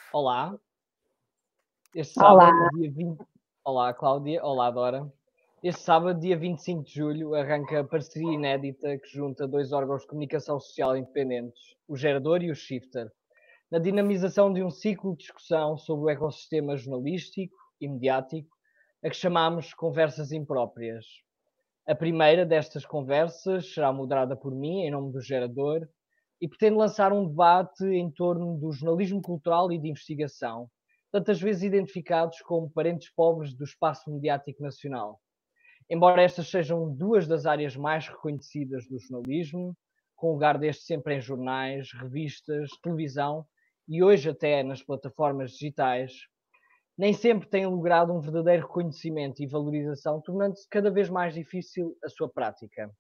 Olá, este Olá. sábado, dia 20. Olá, Cláudia. Olá, Dora. Este sábado, dia 25 de julho, arranca a parceria inédita que junta dois órgãos de comunicação social independentes, o Gerador e o Shifter, na dinamização de um ciclo de discussão sobre o ecossistema jornalístico e mediático, a que chamamos Conversas Impróprias. A primeira destas conversas será moderada por mim, em nome do Gerador, e pretende lançar um debate em torno do jornalismo cultural e de investigação, tantas vezes identificados como parentes pobres do espaço mediático nacional. Embora estas sejam duas das áreas mais reconhecidas do jornalismo, com lugar deste sempre em jornais, revistas, televisão e hoje até nas plataformas digitais, nem sempre têm logrado um verdadeiro reconhecimento e valorização, tornando-se cada vez mais difícil a sua prática.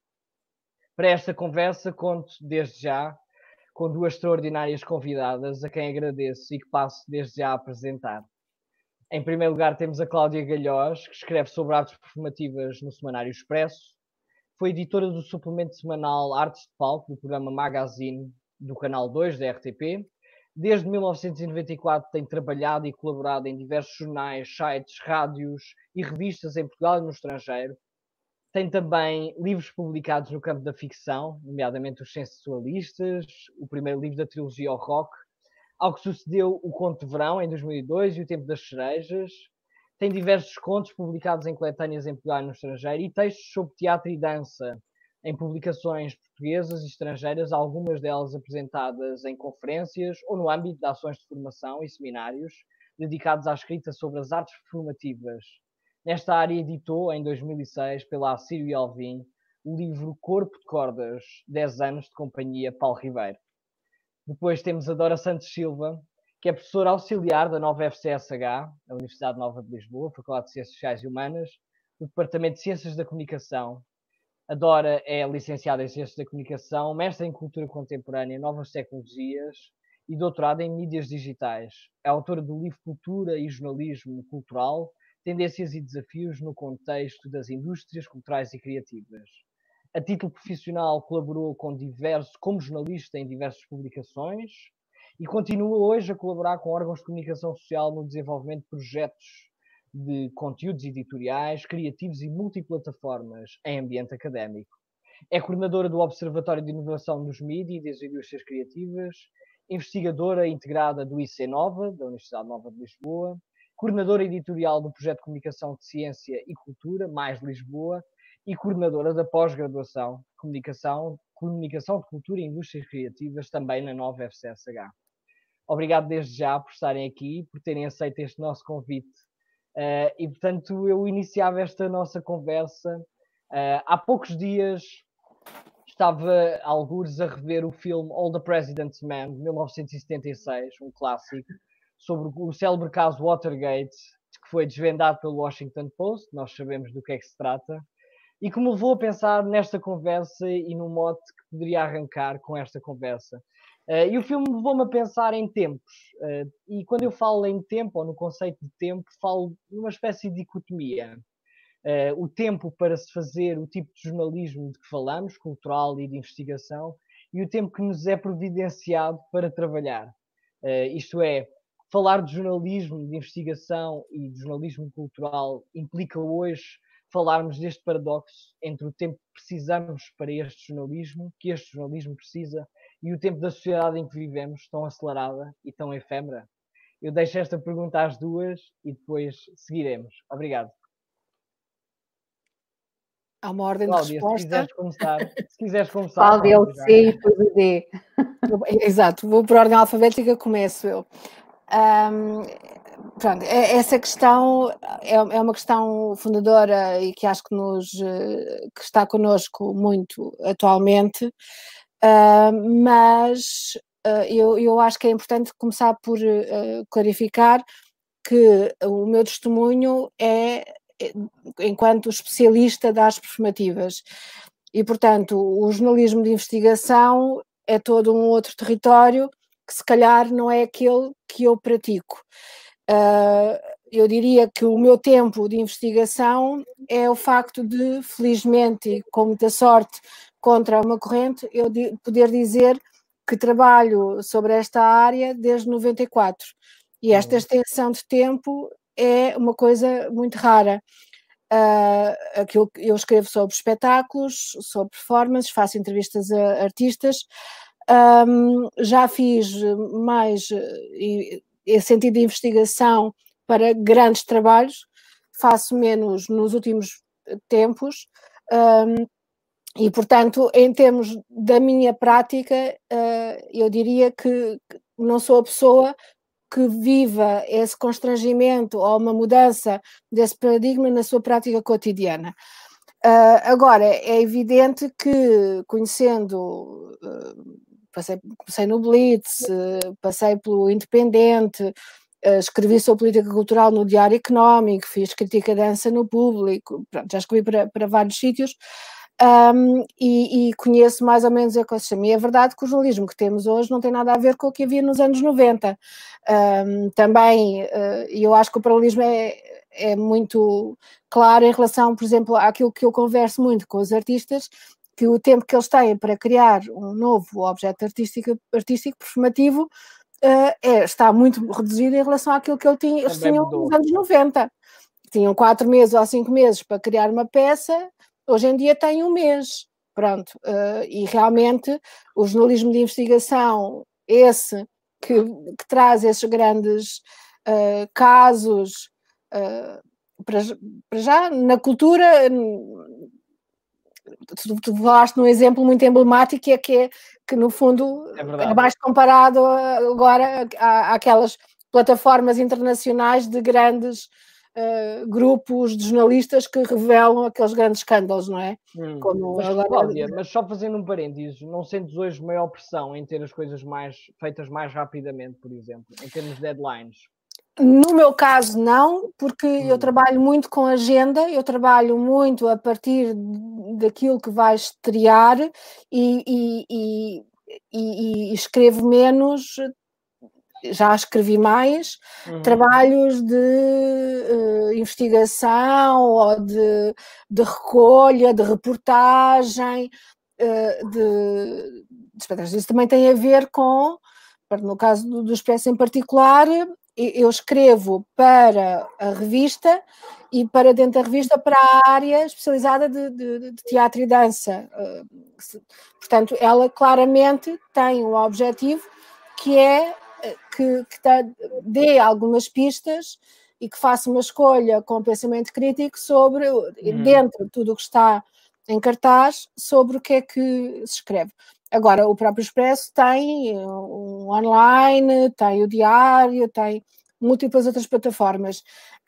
Para esta conversa, conto desde já com duas extraordinárias convidadas, a quem agradeço e que passo desde já a apresentar. Em primeiro lugar, temos a Cláudia Galhós, que escreve sobre artes performativas no Semanário Expresso. Foi editora do suplemento semanal Artes de Palco, do programa Magazine, do Canal 2 da RTP. Desde 1994 tem trabalhado e colaborado em diversos jornais, sites, rádios e revistas em Portugal e no estrangeiro. Tem também livros publicados no campo da ficção, nomeadamente Os Sensualistas, o primeiro livro da trilogia ao rock, ao que sucedeu O Conto de Verão, em 2002, e O Tempo das Cerejas. Tem diversos contos publicados em coletâneas em Portugal e no estrangeiro e textos sobre teatro e dança em publicações portuguesas e estrangeiras, algumas delas apresentadas em conferências ou no âmbito de ações de formação e seminários dedicados à escrita sobre as artes performativas. Nesta área editou, em 2006, pela Assírio e Alvim, o livro Corpo de Cordas, 10 anos de companhia Paulo Ribeiro. Depois temos a Dora Santos Silva, que é professora auxiliar da nova FCSH, a Universidade Nova de Lisboa, Faculdade de Ciências Sociais e Humanas, do Departamento de Ciências da Comunicação. A Dora é licenciada em Ciências da Comunicação, mestre em Cultura Contemporânea, Novas Tecnologias e doutorada em Mídias Digitais. É autora do livro Cultura e Jornalismo Cultural, Tendências e Desafios no Contexto das Indústrias Culturais e Criativas. A título profissional, colaborou como jornalista em diversas publicações e continua hoje a colaborar com órgãos de comunicação social no desenvolvimento de projetos de conteúdos editoriais, criativos e multiplataformas em ambiente académico. É coordenadora do Observatório de Inovação dos Mídias e das Indústrias Criativas, investigadora integrada do IC Nova, da Universidade Nova de Lisboa, coordenadora editorial do projeto de comunicação de ciência e cultura, mais Lisboa, e coordenadora da pós-graduação Comunicação de Cultura e Indústrias Criativas, também na nova FCSH. Obrigado desde já por estarem aqui, por terem aceito este nosso convite. E, portanto, eu iniciava esta nossa conversa. Há poucos dias estava, algures, a rever o filme All the President's Men, de 1976, um clássico, sobre o célebre caso Watergate, que foi desvendado pelo Washington Post. Nós sabemos do que é que se trata. E que me levou a pensar nesta conversa e no mote que poderia arrancar com esta conversa. E o filme levou-me a pensar em tempos. E quando eu falo em tempo, ou no conceito de tempo, falo numa espécie de dicotomia. O tempo para se fazer o tipo de jornalismo de que falamos, cultural e de investigação, e o tempo que nos é providenciado para trabalhar. Isto é, falar de jornalismo, de investigação e de jornalismo cultural implica hoje falarmos deste paradoxo entre o tempo que precisamos para este jornalismo, que este jornalismo precisa, e o tempo da sociedade em que vivemos, tão acelerada e tão efêmera. Eu deixo esta pergunta às duas e depois seguiremos. Obrigado. Há uma ordem Cláudia, de resposta. Se quiseres começar. Cláudia, o C e depois o D. Exato, vou por ordem alfabética, começo eu. Pronto, essa questão é uma questão fundadora e que acho que está connosco muito atualmente, mas eu acho que é importante começar por clarificar que o meu testemunho é enquanto especialista das artes performativas e, portanto, o jornalismo de investigação é todo um outro território que se calhar não é aquele que eu pratico. Eu diria que o meu tempo de investigação é o facto de, felizmente e com muita sorte contra uma corrente, eu poder dizer que trabalho sobre esta área desde 94. E esta extensão de tempo é uma coisa muito rara. Aquilo que eu escrevo sobre espetáculos, sobre performances, faço entrevistas a artistas, já fiz mais em sentido de investigação para grandes trabalhos, faço menos nos últimos tempos, e portanto, em termos da minha prática, eu diria que não sou a pessoa que viva esse constrangimento ou uma mudança desse paradigma na sua prática cotidiana. Agora, é evidente que, conhecendo, passei no Blitz, passei pelo Independente, escrevi sobre política cultural no Diário Económico, fiz crítica de dança no Público, pronto, já escrevi para vários sítios, e conheço mais ou menos o ecossistema. E é verdade que o jornalismo que temos hoje não tem nada a ver com o que havia nos anos 90. Também, eu acho que o paralelismo é muito claro em relação, por exemplo, àquilo que eu converso muito com os artistas, que o tempo que eles têm para criar um novo objeto artístico performativo está muito reduzido em relação àquilo que eles tinham nos anos 90. Tinham 4 meses ou 5 meses para criar uma peça, hoje em dia têm 1 mês. Pronto. E realmente o jornalismo de investigação, esse que traz esses grandes casos, para já, na cultura, tu falaste num exemplo muito emblemático, que no fundo é mais comparado agora àquelas plataformas internacionais de grandes grupos de jornalistas que revelam aqueles grandes escândalos, não é? Cláudia, mas só fazendo um parênteses, não sentes hoje maior pressão em ter as coisas feitas mais rapidamente, por exemplo, em termos de deadlines? No meu caso, não, porque eu trabalho muito com agenda, eu trabalho muito a partir daquilo que vai estrear e escrevo menos, já escrevi mais, trabalhos de investigação ou de recolha, de reportagem, de espetáculos. Isso também tem a ver com, no caso do Expresso em particular, eu escrevo para a revista e para dentro da revista para a área especializada de teatro e dança. Portanto, ela claramente tem um objetivo que é que dê algumas pistas e que faça uma escolha com pensamento crítico sobre, dentro de tudo o que está em cartaz, sobre o que é que se escreve. Agora, o próprio Expresso tem um online, tem o diário, tem múltiplas outras plataformas,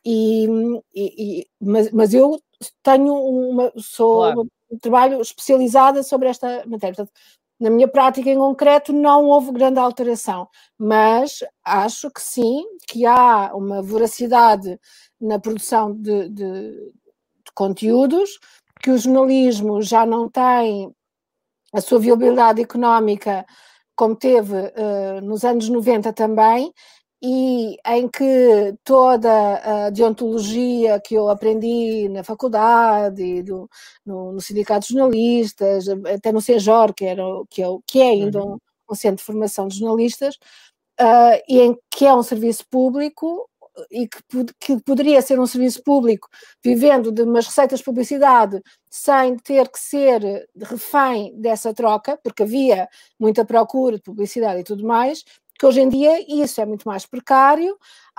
mas eu tenho claro. um trabalho especializado sobre esta matéria. Portanto, na minha prática em concreto não houve grande alteração, mas acho que sim, que há uma voracidade na produção de conteúdos, que o jornalismo já não tem a sua viabilidade económica como teve nos anos 90 também, e em que toda a deontologia que eu aprendi na faculdade e no Sindicato de Jornalistas, até no CEJOR, que é ainda um centro de formação de jornalistas, e em que é um serviço público e que poderia ser um serviço público vivendo de umas receitas de publicidade sem ter que ser refém dessa troca, porque havia muita procura de publicidade e tudo mais, que hoje em dia isso é muito mais precário,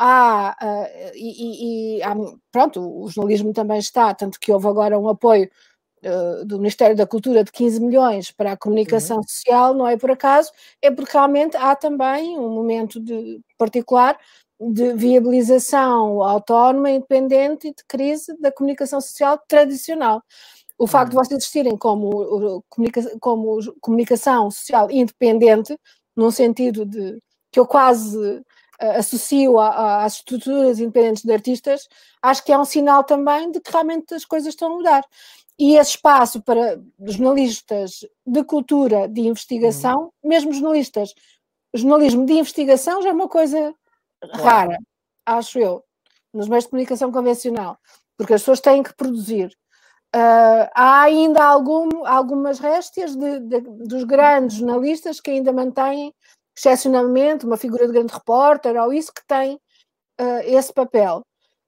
pronto, o jornalismo também está, tanto que houve agora um apoio do Ministério da Cultura de 15 milhões para a comunicação social, não é por acaso, é porque realmente há também um momento particular de viabilização autónoma, independente e de crise da comunicação social tradicional. O facto de vocês existirem como comunicação social independente, num sentido que eu quase associo às estruturas independentes de artistas, acho que é um sinal também de que realmente as coisas estão a mudar. E esse espaço para jornalistas de cultura, de investigação, mesmo jornalismo de investigação já é uma coisa rara, acho eu, nos meios de comunicação convencional, porque as pessoas têm que produzir. Há ainda algumas réstias dos grandes jornalistas que ainda mantêm excepcionalmente, uma figura de grande repórter, ou isso que tem esse papel.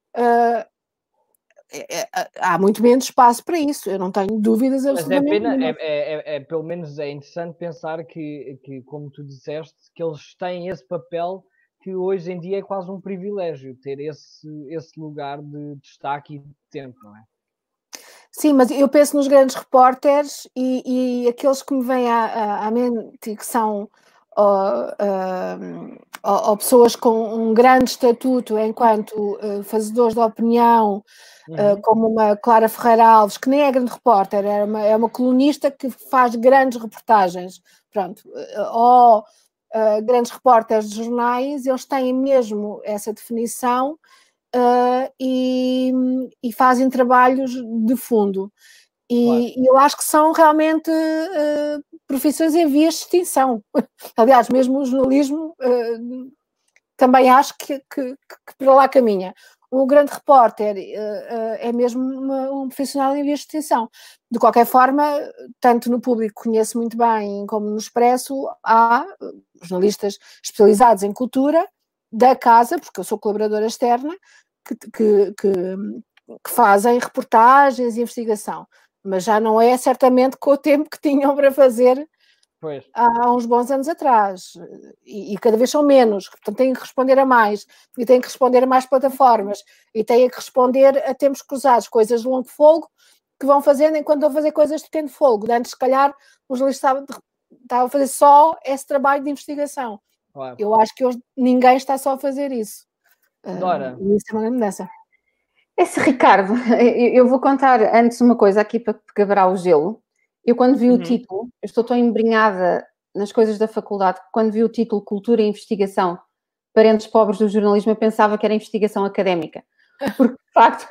Há muito menos espaço para isso, eu não tenho dúvidas absolutamente. Mas é pena, pelo menos é interessante pensar que, como tu disseste, que eles têm esse papel que hoje em dia é quase um privilégio, ter esse lugar de destaque e de tempo, não é? Sim, mas eu penso nos grandes repórteres e aqueles que me vêm à mente, que são ou pessoas com um grande estatuto enquanto fazedores de opinião, como uma Clara Ferreira Alves, que nem é grande repórter, é uma colunista que faz grandes reportagens, pronto, ou grandes repórteres de jornais, eles têm mesmo essa definição. E fazem trabalhos de fundo. E eu acho que são realmente profissões em vias de extinção. Aliás, mesmo o jornalismo também acho que para lá caminha. O grande repórter é mesmo um profissional em vias de extinção. De qualquer forma, tanto no Público conheço muito bem como no Expresso, há jornalistas especializados em cultura da casa, porque eu sou colaboradora externa, que fazem reportagens e investigação, mas já não é certamente com o tempo que tinham para fazer há uns bons anos atrás, e cada vez são menos, portanto têm que responder a mais, e têm que responder a mais plataformas, e têm que responder a tempos cruzados, coisas de longo fogo que vão fazendo enquanto vão fazer coisas de pequeno fogo. Antes, se calhar, os jornalistas estavam a fazer só esse trabalho de investigação. Eu acho que hoje ninguém está só a fazer isso. Dora. Isso é uma grande mudança. Ricardo, eu vou contar antes uma coisa aqui para quebrar o gelo. Eu, quando vi o título, eu estou tão embrenhada nas coisas da faculdade, que quando vi o título Cultura e Investigação, Parentes Pobres do Jornalismo, eu pensava que era investigação académica. Porque, de facto...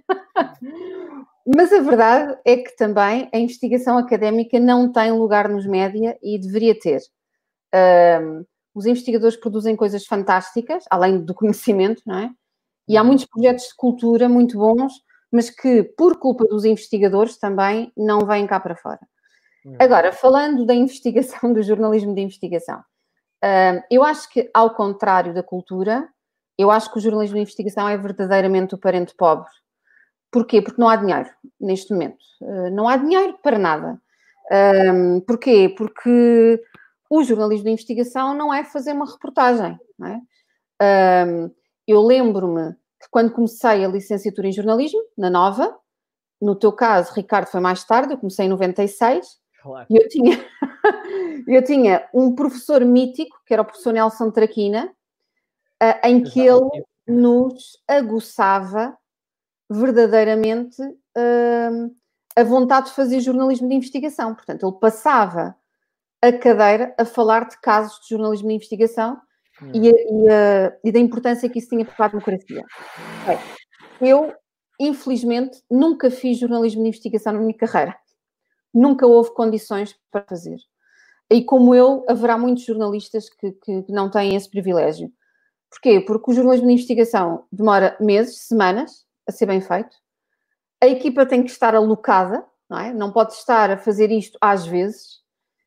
Mas a verdade é que também a investigação académica não tem lugar nos média e deveria ter. Os investigadores produzem coisas fantásticas, além do conhecimento, não é? E há muitos projetos de cultura muito bons, mas que, por culpa dos investigadores, também não vêm cá para fora. Agora, falando da investigação, do jornalismo de investigação, eu acho que, ao contrário da cultura, eu acho que o jornalismo de investigação é verdadeiramente o parente pobre. Porquê? Porque não há dinheiro neste momento. Não há dinheiro para nada. Porquê? Porque o jornalismo de investigação não é fazer uma reportagem, não é? Eu lembro-me que quando comecei a licenciatura em jornalismo, na Nova, no teu caso, Ricardo, foi mais tarde, eu comecei em 96, claro. E eu tinha um professor mítico, que era o professor Nelson Traquina, em que ele nos aguçava verdadeiramente a vontade de fazer jornalismo de investigação. Portanto, ele passava a cadeira a falar de casos de jornalismo de investigação e da importância que isso tinha para a democracia. Eu, infelizmente, nunca fiz jornalismo de investigação na minha carreira. Nunca houve condições para fazer. E como eu, haverá muitos jornalistas que não têm esse privilégio. Porquê? Porque o jornalismo de investigação demora meses, semanas, a ser bem feito. A equipa tem que estar alocada, não é? Não pode estar a fazer isto às vezes.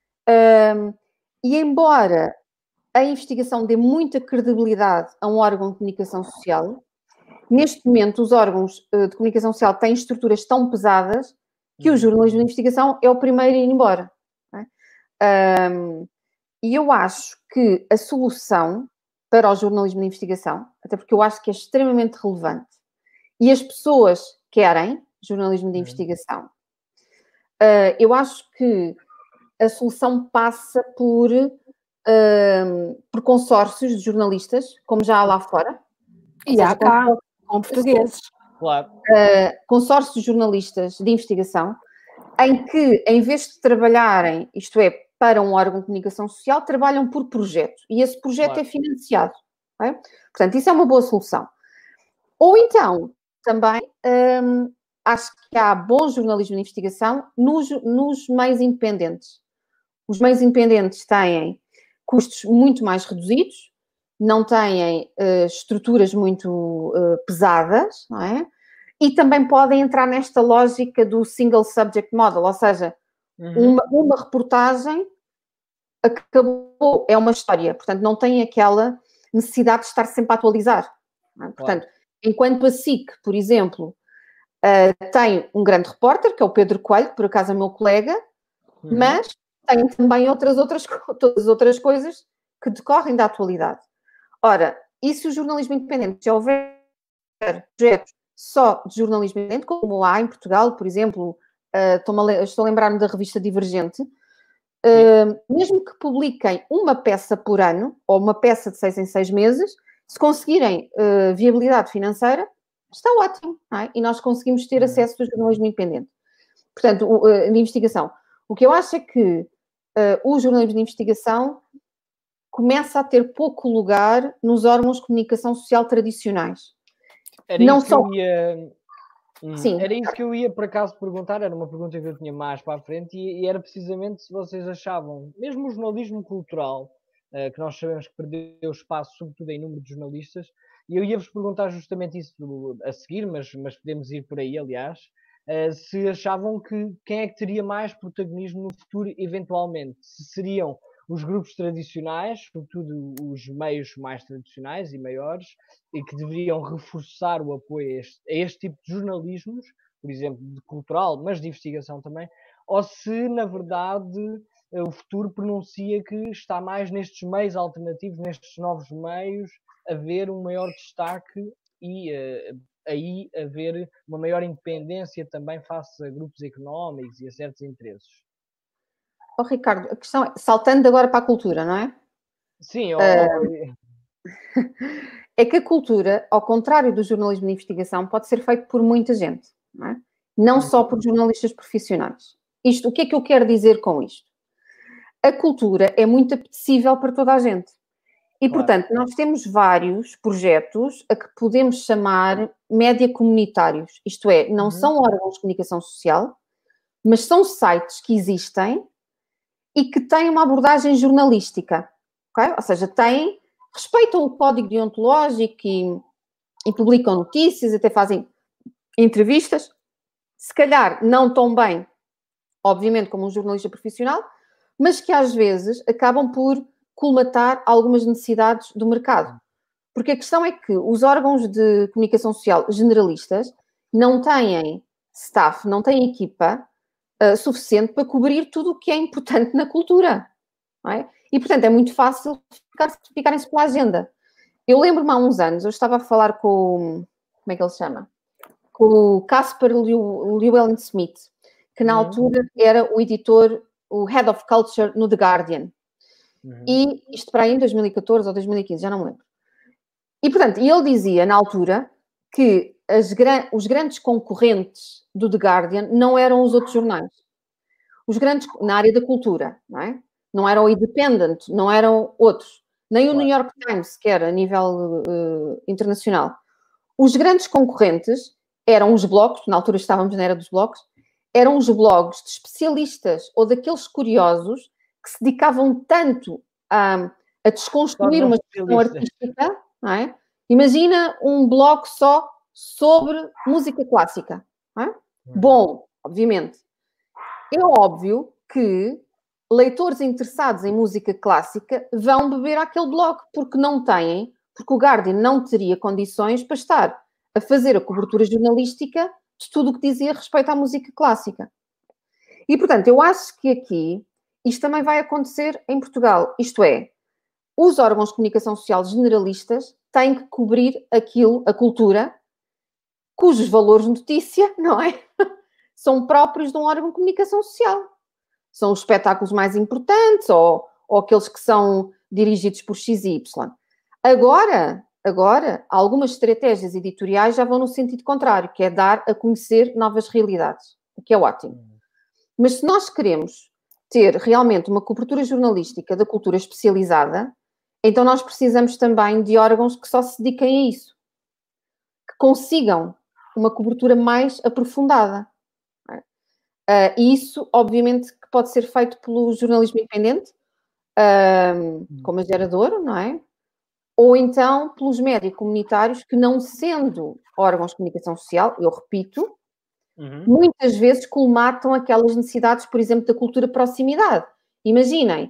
E embora a investigação dê muita credibilidade a um órgão de comunicação social, neste momento os órgãos de comunicação social têm estruturas tão pesadas que o jornalismo de investigação é o primeiro a ir embora. Não é? E eu acho que a solução para o jornalismo de investigação, até porque eu acho que é extremamente relevante, e as pessoas querem jornalismo de investigação, eu acho que a solução passa por consórcios de jornalistas, como já há lá fora. E há cá, com portugueses. Claro. Consórcios de jornalistas de investigação, em que, em vez de trabalharem, isto é, para um órgão de comunicação social, trabalham por projeto. E esse projeto é financiado. É? Portanto, isso é uma boa solução. Ou então, também, acho que há bom jornalismo de investigação nos meios independentes. Os meios independentes têm custos muito mais reduzidos, não têm estruturas muito pesadas, não é? E também podem entrar nesta lógica do single subject model, ou seja, uma reportagem acabou, é uma história, portanto não tem aquela necessidade de estar sempre a atualizar. Não é? Portanto, enquanto a SIC, por exemplo, tem um grande repórter, que é o Pedro Coelho, que por acaso é meu colega, mas tem também todas as outras coisas que decorrem da atualidade. Ora, e se o jornalismo independente, se houver projetos só de jornalismo independente, como há em Portugal, por exemplo, estou a lembrar-me da revista Divergente, mesmo que publiquem uma peça por ano, ou uma peça de 6 em 6 meses, se conseguirem viabilidade financeira, está ótimo, não é? E nós conseguimos ter acesso ao jornalismo independente. Portanto, de investigação. O que eu acho é que o jornalismo de investigação começa a ter pouco lugar nos órgãos de comunicação social tradicionais. Era isso que eu ia por acaso perguntar, era uma pergunta que eu tinha mais para a frente e era precisamente se vocês achavam, mesmo o jornalismo cultural, que nós sabemos que perdeu espaço, sobretudo em número de jornalistas, e eu ia-vos perguntar justamente isso a seguir, mas podemos ir por aí, aliás, se achavam que quem é que teria mais protagonismo no futuro, eventualmente, se seriam os grupos tradicionais, sobretudo os meios mais tradicionais e maiores, e que deveriam reforçar o apoio a este tipo de jornalismos, por exemplo, de cultural, mas de investigação também, ou se, na verdade, o futuro pronuncia que está mais nestes meios alternativos, nestes novos meios, haver um maior destaque e aí haver uma maior independência também face a grupos económicos e a certos interesses. Oh, Ricardo, a questão é, saltando agora para a cultura, não é? Sim, é que a cultura, ao contrário do jornalismo de investigação, pode ser feito por muita gente, não é? Não só por jornalistas profissionais. O que é que eu quero dizer com isto? A cultura é muito apetecível para toda a gente. E, portanto, nós temos vários projetos a que podemos chamar média comunitários. Isto é, não são órgãos de comunicação social, mas são sites que existem e que têm uma abordagem jornalística, ok? Ou seja, respeitam o código deontológico e publicam notícias, até fazem entrevistas, se calhar não tão bem, obviamente, como um jornalista profissional, mas que às vezes acabam por colmatar algumas necessidades do mercado. Porque a questão é que os órgãos de comunicação social generalistas não têm staff, não têm equipa suficiente para cobrir tudo o que é importante na cultura. Não é? E, portanto, é muito fácil ficarem-se pela agenda. Eu lembro-me há uns anos, eu estava a falar com, como é que ele se chama? Com o Casper Llewellyn-Smith, que na altura era o editor, o Head of Culture no The Guardian. E isto para aí em 2014 ou 2015, já não me lembro. E, portanto, ele dizia na altura que os grandes concorrentes do The Guardian não eram os outros jornais. Os grandes, na área da cultura, não é? Não eram o Independent, não eram outros. Nem o New York Times, que era a nível internacional. Os grandes concorrentes eram os blogs, na altura estávamos na era dos blogs, eram os blogs de especialistas ou daqueles curiosos que se dedicavam tanto a desconstruir uma expressão artística, não é? Imagina um blog só sobre música clássica. Não é? Bom, obviamente. É óbvio que leitores interessados em música clássica vão beber àquele blog, porque o Guardian não teria condições para estar a fazer a cobertura jornalística de tudo o que dizia respeito à música clássica. E, portanto, eu acho que aqui isto também vai acontecer em Portugal. Isto é, os órgãos de comunicação social generalistas têm que cobrir a cultura, cujos valores de notícia, não é? São próprios de um órgão de comunicação social. São os espetáculos mais importantes ou aqueles que são dirigidos por X e Y. Agora, algumas estratégias editoriais já vão no sentido contrário, que é dar a conhecer novas realidades, o que é ótimo. Mas se nós queremos ter realmente uma cobertura jornalística da cultura especializada, então nós precisamos também de órgãos que só se dediquem a isso. Que consigam uma cobertura mais aprofundada. E isso, obviamente, que pode ser feito pelo jornalismo independente, como a Gerador, não é? Ou então pelos médias comunitários que, não sendo órgãos de comunicação social, eu repito, muitas vezes colmatam aquelas necessidades, por exemplo, da cultura proximidade. Imaginem,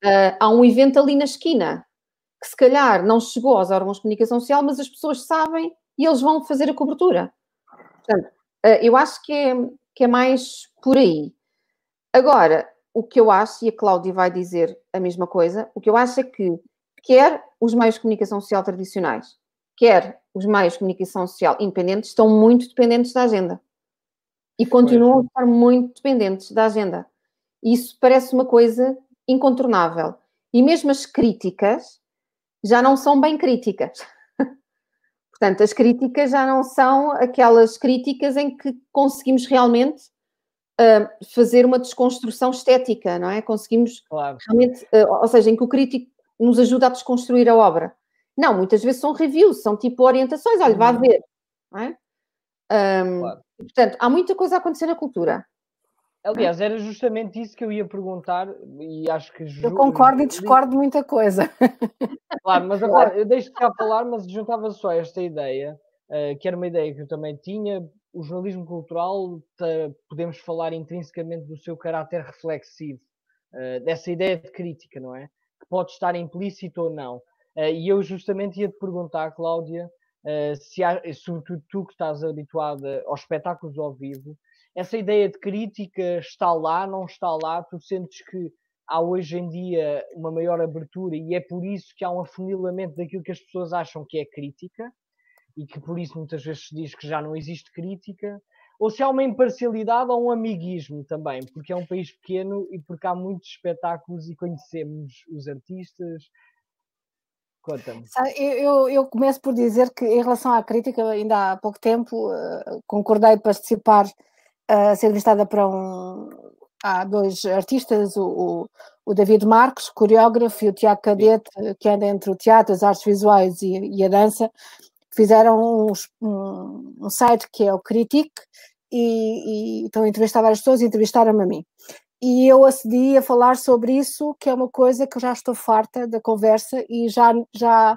Há um evento ali na esquina que se calhar não chegou aos órgãos de comunicação social, mas as pessoas sabem e eles vão fazer a cobertura. Portanto, eu acho que é mais por aí. Agora, o que eu acho, e a Cláudia vai dizer a mesma coisa, o que eu acho é que quer os meios de comunicação social tradicionais, quer os meios de comunicação social independentes, estão muito dependentes da agenda. E continuam a estar muito dependentes da agenda. Isso parece uma coisa incontornável. E mesmo as críticas já não são bem críticas. Portanto, as críticas já não são aquelas críticas em que conseguimos realmente fazer uma desconstrução estética, não é? Conseguimos realmente, ou seja, em que o crítico nos ajuda a desconstruir a obra. Não, muitas vezes são reviews, são tipo orientações, olha, vá ver, não é? Portanto, há muita coisa a acontecer na cultura. Aliás, era justamente isso que eu ia perguntar e acho que... Eu concordo e discordo de muita coisa. Claro, mas agora, eu deixo-te cá falar, mas juntava só esta ideia, que era uma ideia que eu também tinha. O jornalismo cultural, podemos falar intrinsecamente do seu caráter reflexivo, dessa ideia de crítica, não é? Que pode estar implícito ou não. E eu justamente ia-te perguntar, Cláudia, sobretudo tu que estás habituada aos espetáculos ao vivo, essa ideia de crítica está lá, não está lá? Tu sentes que há hoje em dia uma maior abertura e é por isso que há um afunilamento daquilo que as pessoas acham que é crítica e que por isso muitas vezes se diz que já não existe crítica, ou se há uma imparcialidade ou um amiguismo também, porque é um país pequeno e porque há muitos espetáculos e conhecemos os artistas. Conta-me. Eu começo por dizer que, em relação à crítica, ainda há pouco tempo concordei de participar, ser entrevistada há dois artistas, o David Marques, coreógrafo, e o Tiago Cadete, que anda entre o teatro, as artes visuais e a dança. Fizeram um site que é o Critique e estão a entrevistar várias pessoas e entrevistaram-me a mim. E eu acedi a falar sobre isso, que é uma coisa que eu já estou farta da conversa e já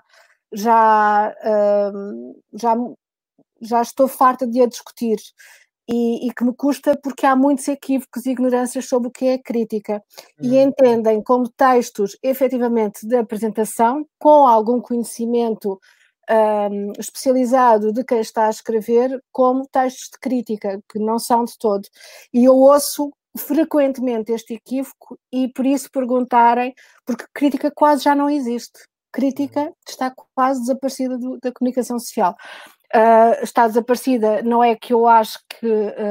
estou farta de a discutir. E que me custa porque há muitos equívocos e ignorâncias sobre o que é crítica e entendem como textos efetivamente de apresentação, com algum conhecimento especializado de quem está a escrever, como textos de crítica, que não são de todo. E eu ouço frequentemente este equívoco e por isso perguntarem, porque crítica quase já não existe. Crítica está quase desaparecida da comunicação social. Está desaparecida, não é que eu acho que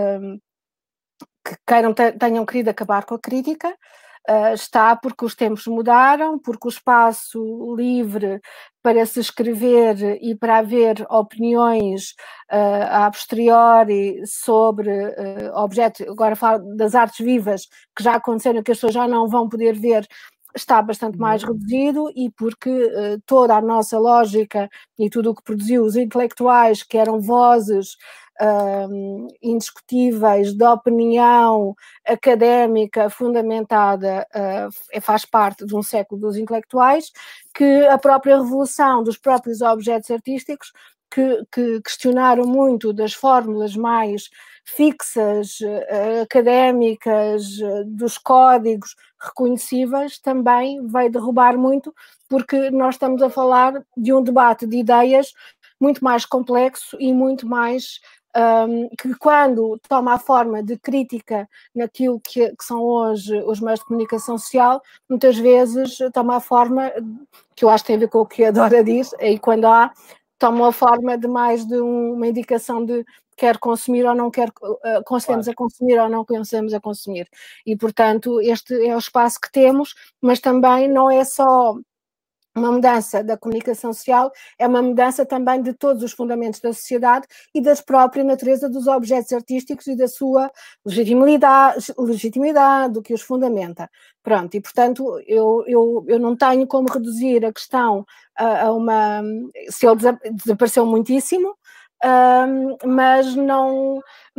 tenham querido acabar com a crítica, está porque os tempos mudaram, porque o espaço livre para se escrever e para haver opiniões a posteriori sobre objetos, agora falo das artes vivas, que já aconteceram, que as pessoas já não vão poder ver, está bastante mais reduzido e porque toda a nossa lógica e tudo o que produziu os intelectuais, que eram vozes indiscutíveis de opinião académica fundamentada, faz parte de um século dos intelectuais, que a própria revolução dos próprios objetos artísticos que questionaram muito das fórmulas mais fixas, académicas, dos códigos reconhecíveis, também vai derrubar muito, porque nós estamos a falar de um debate de ideias muito mais complexo e muito mais que quando toma a forma de crítica naquilo que são hoje os meios de comunicação social, muitas vezes toma a forma, que eu acho que tem a ver com o que a Dora diz, e quando toma a forma de mais de uma indicação de quer consumir ou não quer, aconselhamos a consumir ou não aconselhamos a consumir. E, portanto, este é o espaço que temos, mas também não é só uma mudança da comunicação social, é uma mudança também de todos os fundamentos da sociedade e da própria natureza dos objetos artísticos e da sua legitimidade, do que os fundamenta. Pronto, e portanto eu não tenho como reduzir a questão a uma... Se ele desapareceu muitíssimo, mas não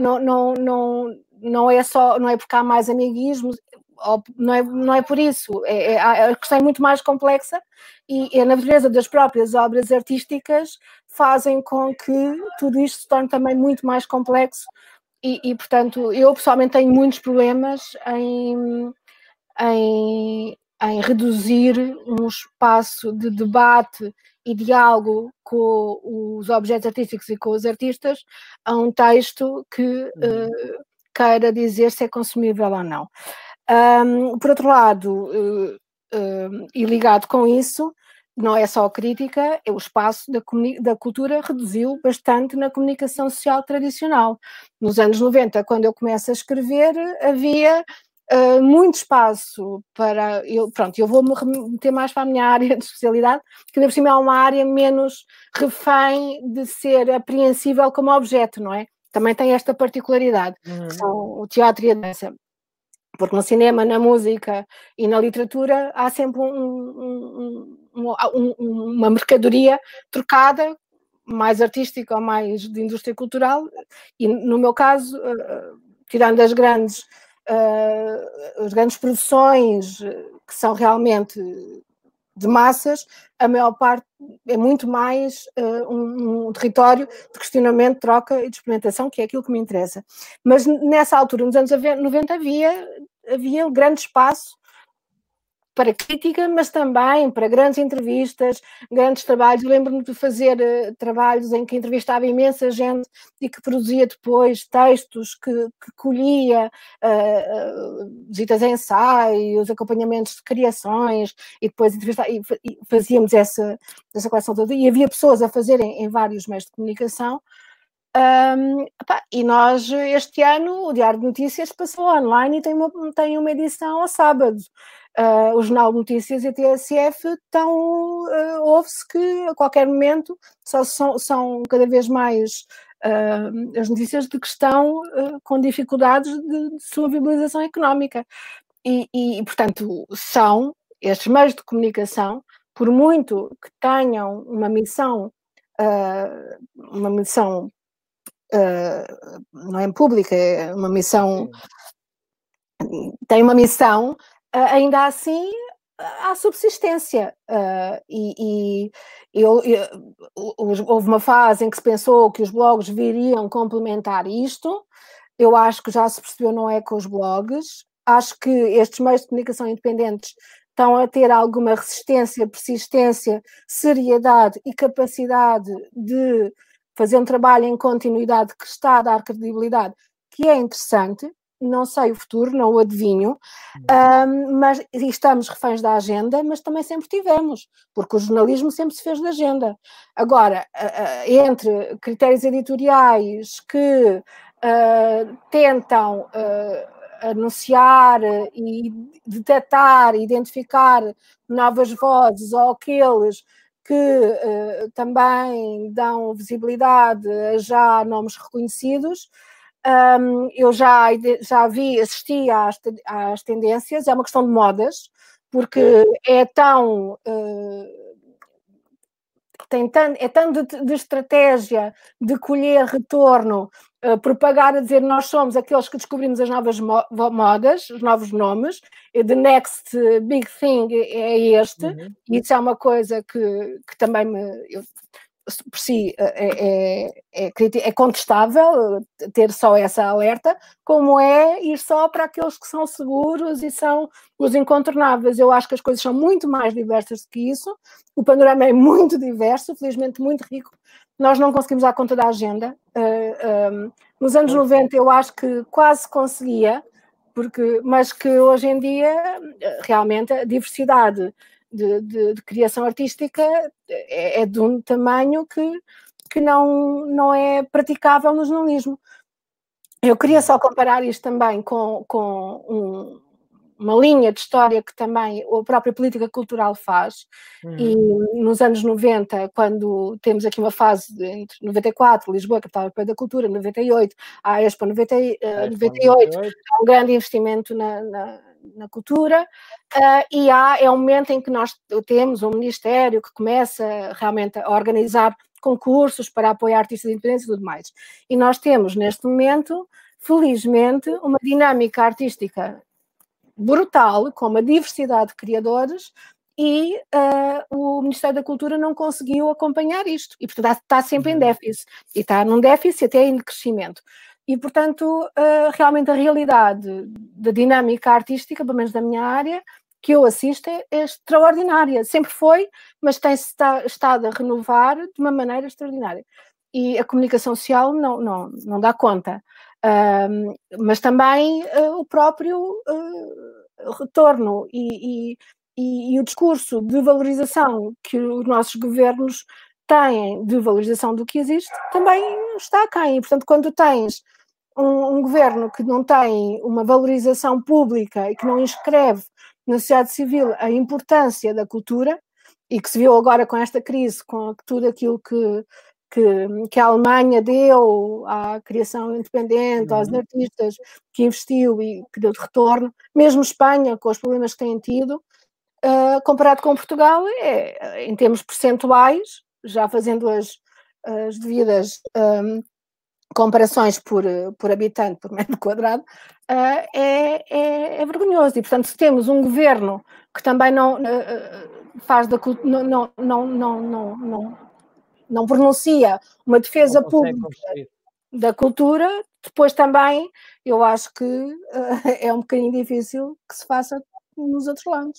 é só, não é porque há mais amiguismos, não é por isso, a questão é muito mais complexa e a natureza das próprias obras artísticas fazem com que tudo isto se torne também muito mais complexo e portanto, eu pessoalmente tenho muitos problemas em em reduzir um espaço de debate e diálogo com os objetos artísticos e com os artistas a um texto que queira dizer se é consumível ou não. Por outro lado, e ligado com isso, não é só a crítica, é o espaço da cultura reduziu bastante na comunicação social tradicional. Nos anos 90, quando eu começo a escrever, havia muito espaço para... Eu vou-me remeter mais para a minha área de especialidade, que ainda por cima é uma área menos refém de ser apreensível como objeto, não é? Também tem esta particularidade, que são o teatro e a dança. Porque no cinema, na música e na literatura há sempre uma mercadoria trocada, mais artística ou mais de indústria cultural, e no meu caso, tirando as grandes produções que são realmente de massas, a maior parte é muito mais um território de questionamento, troca e de experimentação, que é aquilo que me interessa. Mas nessa altura, nos anos 90, havia um grande espaço para crítica, mas também para grandes entrevistas, grandes trabalhos. Eu lembro-me de fazer trabalhos em que entrevistava imensa gente e que produzia depois textos que colhia, visitas a ensaios, acompanhamentos de criações, e depois e fazíamos essa coleção toda. E havia pessoas a fazerem em vários meios de comunicação. E nós, este ano, o Diário de Notícias passou online e tem uma edição ao sábado. O Jornal de Notícias e a TSF ouve-se que a qualquer momento são cada vez mais as notícias de que estão com dificuldades de sua viabilização económica. E, portanto, são estes meios de comunicação, por muito que tenham uma missão não é pública, é uma missão, tem uma missão, ainda assim há subsistência. Houve uma fase em que se pensou que os blogs viriam complementar isto. Eu acho que já se percebeu, não é com os blogs. Acho que estes meios de comunicação independentes estão a ter alguma resistência, persistência, seriedade e capacidade de fazer um trabalho em continuidade que está a dar credibilidade, que é interessante. Não sei o futuro, não o adivinho, mas estamos reféns da agenda, mas também sempre tivemos, porque o jornalismo sempre se fez da agenda. Agora, entre critérios editoriais que tentam anunciar e detectar, identificar novas vozes, ou aqueles que também dão visibilidade a já nomes reconhecidos, eu já assisti às tendências. É uma questão de modas, porque é tão de estratégia de colher retorno, propagar a dizer nós somos aqueles que descobrimos as novas modas, os novos nomes, the next big thing é este, e isso é uma coisa que também por si é contestável ter só essa alerta, como é ir só para aqueles que são seguros e são os incontornáveis. Eu acho que as coisas são muito mais diversas do que isso, o panorama é muito diverso, felizmente muito rico. Nós não conseguimos dar conta da agenda. Nos anos 90 eu acho que quase conseguia, mas que hoje em dia realmente a diversidade de criação artística é de um tamanho que não é praticável no jornalismo. Eu queria só comparar isto também com uma linha de história que também a própria política cultural faz. E nos anos 90, quando temos aqui uma fase entre 94, Lisboa, capital europeia da cultura, 98, a Expo 98, há um grande investimento na cultura, e é um momento em que nós temos um ministério que começa realmente a organizar concursos para apoiar artistas independentes e tudo mais. E nós temos, neste momento, felizmente, uma dinâmica artística brutal, com uma diversidade de criadores, e o Ministério da Cultura não conseguiu acompanhar isto. E, portanto, está sempre em déficit. E está num déficit até em crescimento. E, portanto, realmente a realidade da dinâmica artística, pelo menos da minha área, que eu assisto é extraordinária. Sempre foi, mas tem-se estado a renovar de uma maneira extraordinária. E a comunicação social não dá conta. Mas também o próprio retorno e o discurso de valorização que os nossos governos têm de valorização do que existe também está aquém. Portanto, quando tens um governo que não tem uma valorização pública e que não inscreve na sociedade civil a importância da cultura, e que se viu agora com esta crise, com tudo aquilo que a Alemanha deu à criação independente, aos artistas, que investiu e que deu de retorno, mesmo Espanha, com os problemas que têm tido, comparado com Portugal, em termos percentuais, já fazendo as devidas comparações por habitante, por metro quadrado, é vergonhoso. E, portanto, se temos um governo que também não faz da cultura, não pronuncia uma defesa pública da cultura, depois também eu acho que é um bocadinho difícil que se faça nos outros lados.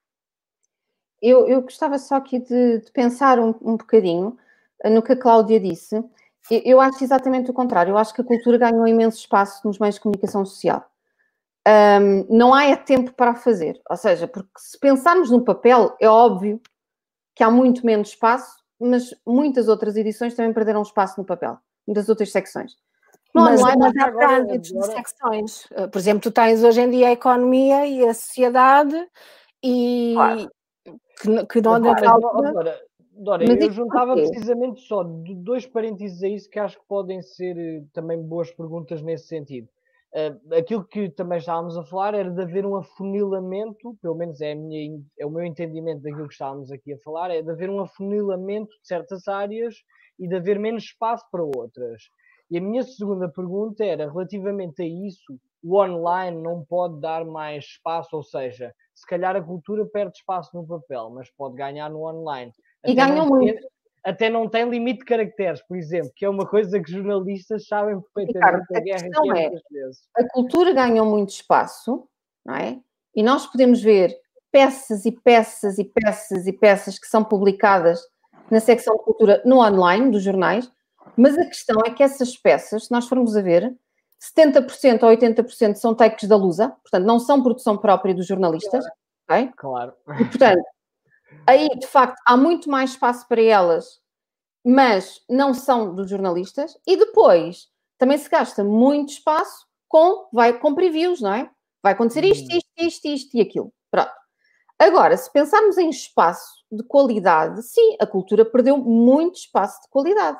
Eu gostava só aqui de pensar um bocadinho no que a Cláudia disse. Eu acho exatamente o contrário. Eu acho que a cultura ganhou imenso espaço nos meios de comunicação social. Não há tempo para fazer. Ou seja, porque se pensarmos no papel, é óbvio que há muito menos espaço, mas muitas outras edições também perderam espaço no papel. Muitas outras secções. Mas há trânsitos de secções. Por exemplo, tu tens hoje em dia a economia e a sociedade e claro. que não dá para... Dora, eu juntava precisamente só 2 parênteses a isso que acho que podem ser também boas perguntas nesse sentido. Aquilo que também estávamos a falar era de haver um afunilamento, pelo menos é o meu entendimento daquilo que estávamos aqui a falar, é de haver um afunilamento de certas áreas e de haver menos espaço para outras. E a minha segunda pergunta era, relativamente a isso, o online não pode dar mais espaço, ou seja, se calhar a cultura perde espaço no papel, mas pode ganhar no online. E ganham muito. Até não tem limite de caracteres, por exemplo, que é uma coisa que jornalistas sabem perfeitamente a guerra que é muitas vezes. A cultura ganhou muito espaço, não é? E nós podemos ver peças e peças e peças e peças que são publicadas na secção de cultura no online dos jornais, mas a questão é que essas peças, se nós formos a ver, 70% ou 80% são takes da Lusa, portanto, não são produção própria dos jornalistas. Claro. Okay? Claro. E, portanto, aí, de facto, há muito mais espaço para elas, mas não são dos jornalistas. E depois, também se gasta muito espaço com previews, não é? Vai acontecer isto e aquilo. Pronto. Agora, se pensarmos em espaço de qualidade, sim, a cultura perdeu muito espaço de qualidade.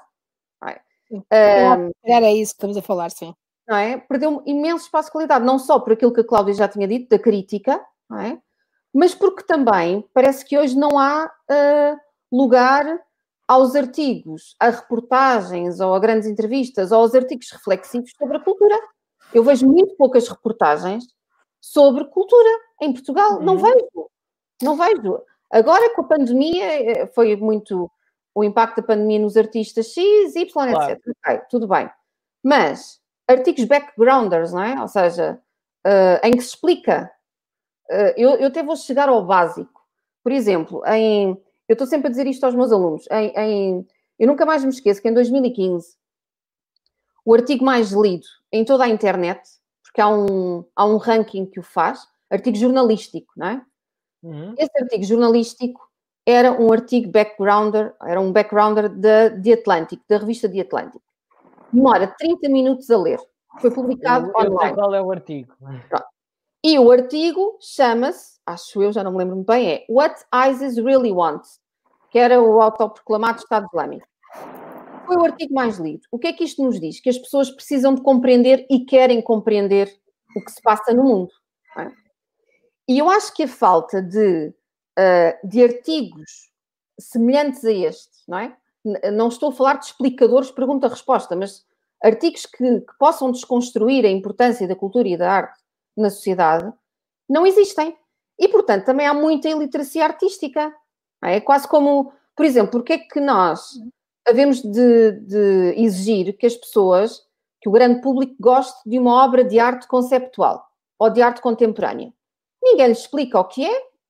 Era isso que estamos a falar, sim. Não é? Perdeu imenso espaço de qualidade, não só por aquilo que a Cláudia já tinha dito, da crítica, não é? Mas porque também parece que hoje não há lugar aos artigos, a reportagens ou a grandes entrevistas ou aos artigos reflexivos sobre a cultura. Eu vejo muito poucas reportagens sobre cultura em Portugal. Não vejo. Agora, com a pandemia, foi muito o impacto da pandemia nos artistas X, Y, claro. Etc. Okay, tudo bem. Mas artigos backgrounders, não é? Ou seja, em que se explica. Eu até vou chegar ao básico. Por exemplo, eu estou sempre a dizer isto aos meus alunos. Eu nunca mais me esqueço que em 2015 o artigo mais lido em toda a internet, porque há um ranking que o faz, artigo jornalístico, não é? Esse artigo jornalístico era um artigo backgrounder, era um backgrounder da The Atlantic, da revista The Atlantic. Demora 30 minutos a ler. Foi publicado online. Eu sei qual é o artigo. Pronto. E o artigo chama-se, acho eu, já não me lembro muito bem, é What ISIS Really Wants, que era o autoproclamado Estado Islâmico. Foi o artigo mais lido. O que é que isto nos diz? Que as pessoas precisam de compreender e querem compreender o que se passa no mundo. Não é? E eu acho que a falta de artigos semelhantes a este, não é? Não estou a falar de explicadores pergunta-resposta, mas artigos que possam desconstruir a importância da cultura e da arte na sociedade, não existem. E, portanto, também há muita iliteracia artística. Não é? É quase como, por exemplo, porque é que nós havemos de exigir que as pessoas, que o grande público goste de uma obra de arte conceptual ou de arte contemporânea? Ninguém lhes explica o que é,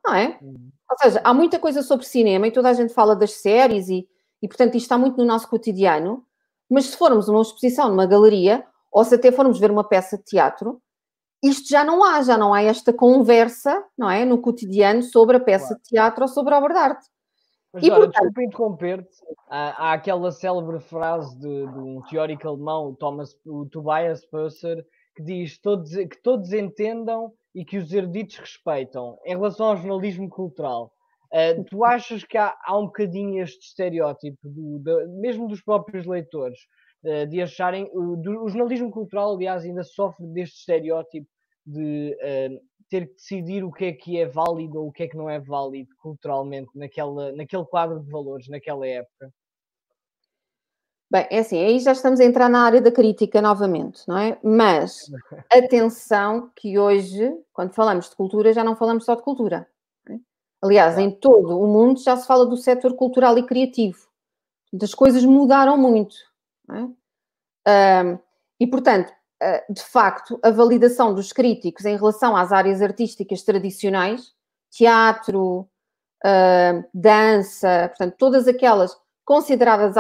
não é? Ou seja, há muita coisa sobre cinema e toda a gente fala das séries e portanto, isto está muito no nosso cotidiano, mas se formos a uma exposição numa galeria, ou se até formos ver uma peça de teatro, isto já não há esta conversa, não é, no cotidiano sobre a peça de teatro ou sobre a obra de arte. Mas, Dora, desculpa interromper-te, há aquela célebre frase de um teórico alemão, o Tobias Purser, que diz que todos entendam e que os eruditos respeitam. Em relação ao jornalismo cultural, tu achas que há um bocadinho este estereótipo, mesmo dos próprios leitores, de acharem... O jornalismo cultural, aliás, ainda sofre deste estereótipo de ter que decidir o que é válido ou o que não é válido culturalmente naquele quadro de valores, naquela época? Bem, é assim, aí já estamos a entrar na área da crítica novamente, não é? Mas atenção que hoje, quando falamos de cultura, já não falamos só de cultura. Não é? Aliás, em todo o mundo já se fala do setor cultural e criativo. As coisas mudaram muito. Não é? E, portanto, de facto, a validação dos críticos em relação às áreas artísticas tradicionais, teatro, dança, portanto, todas aquelas consideradas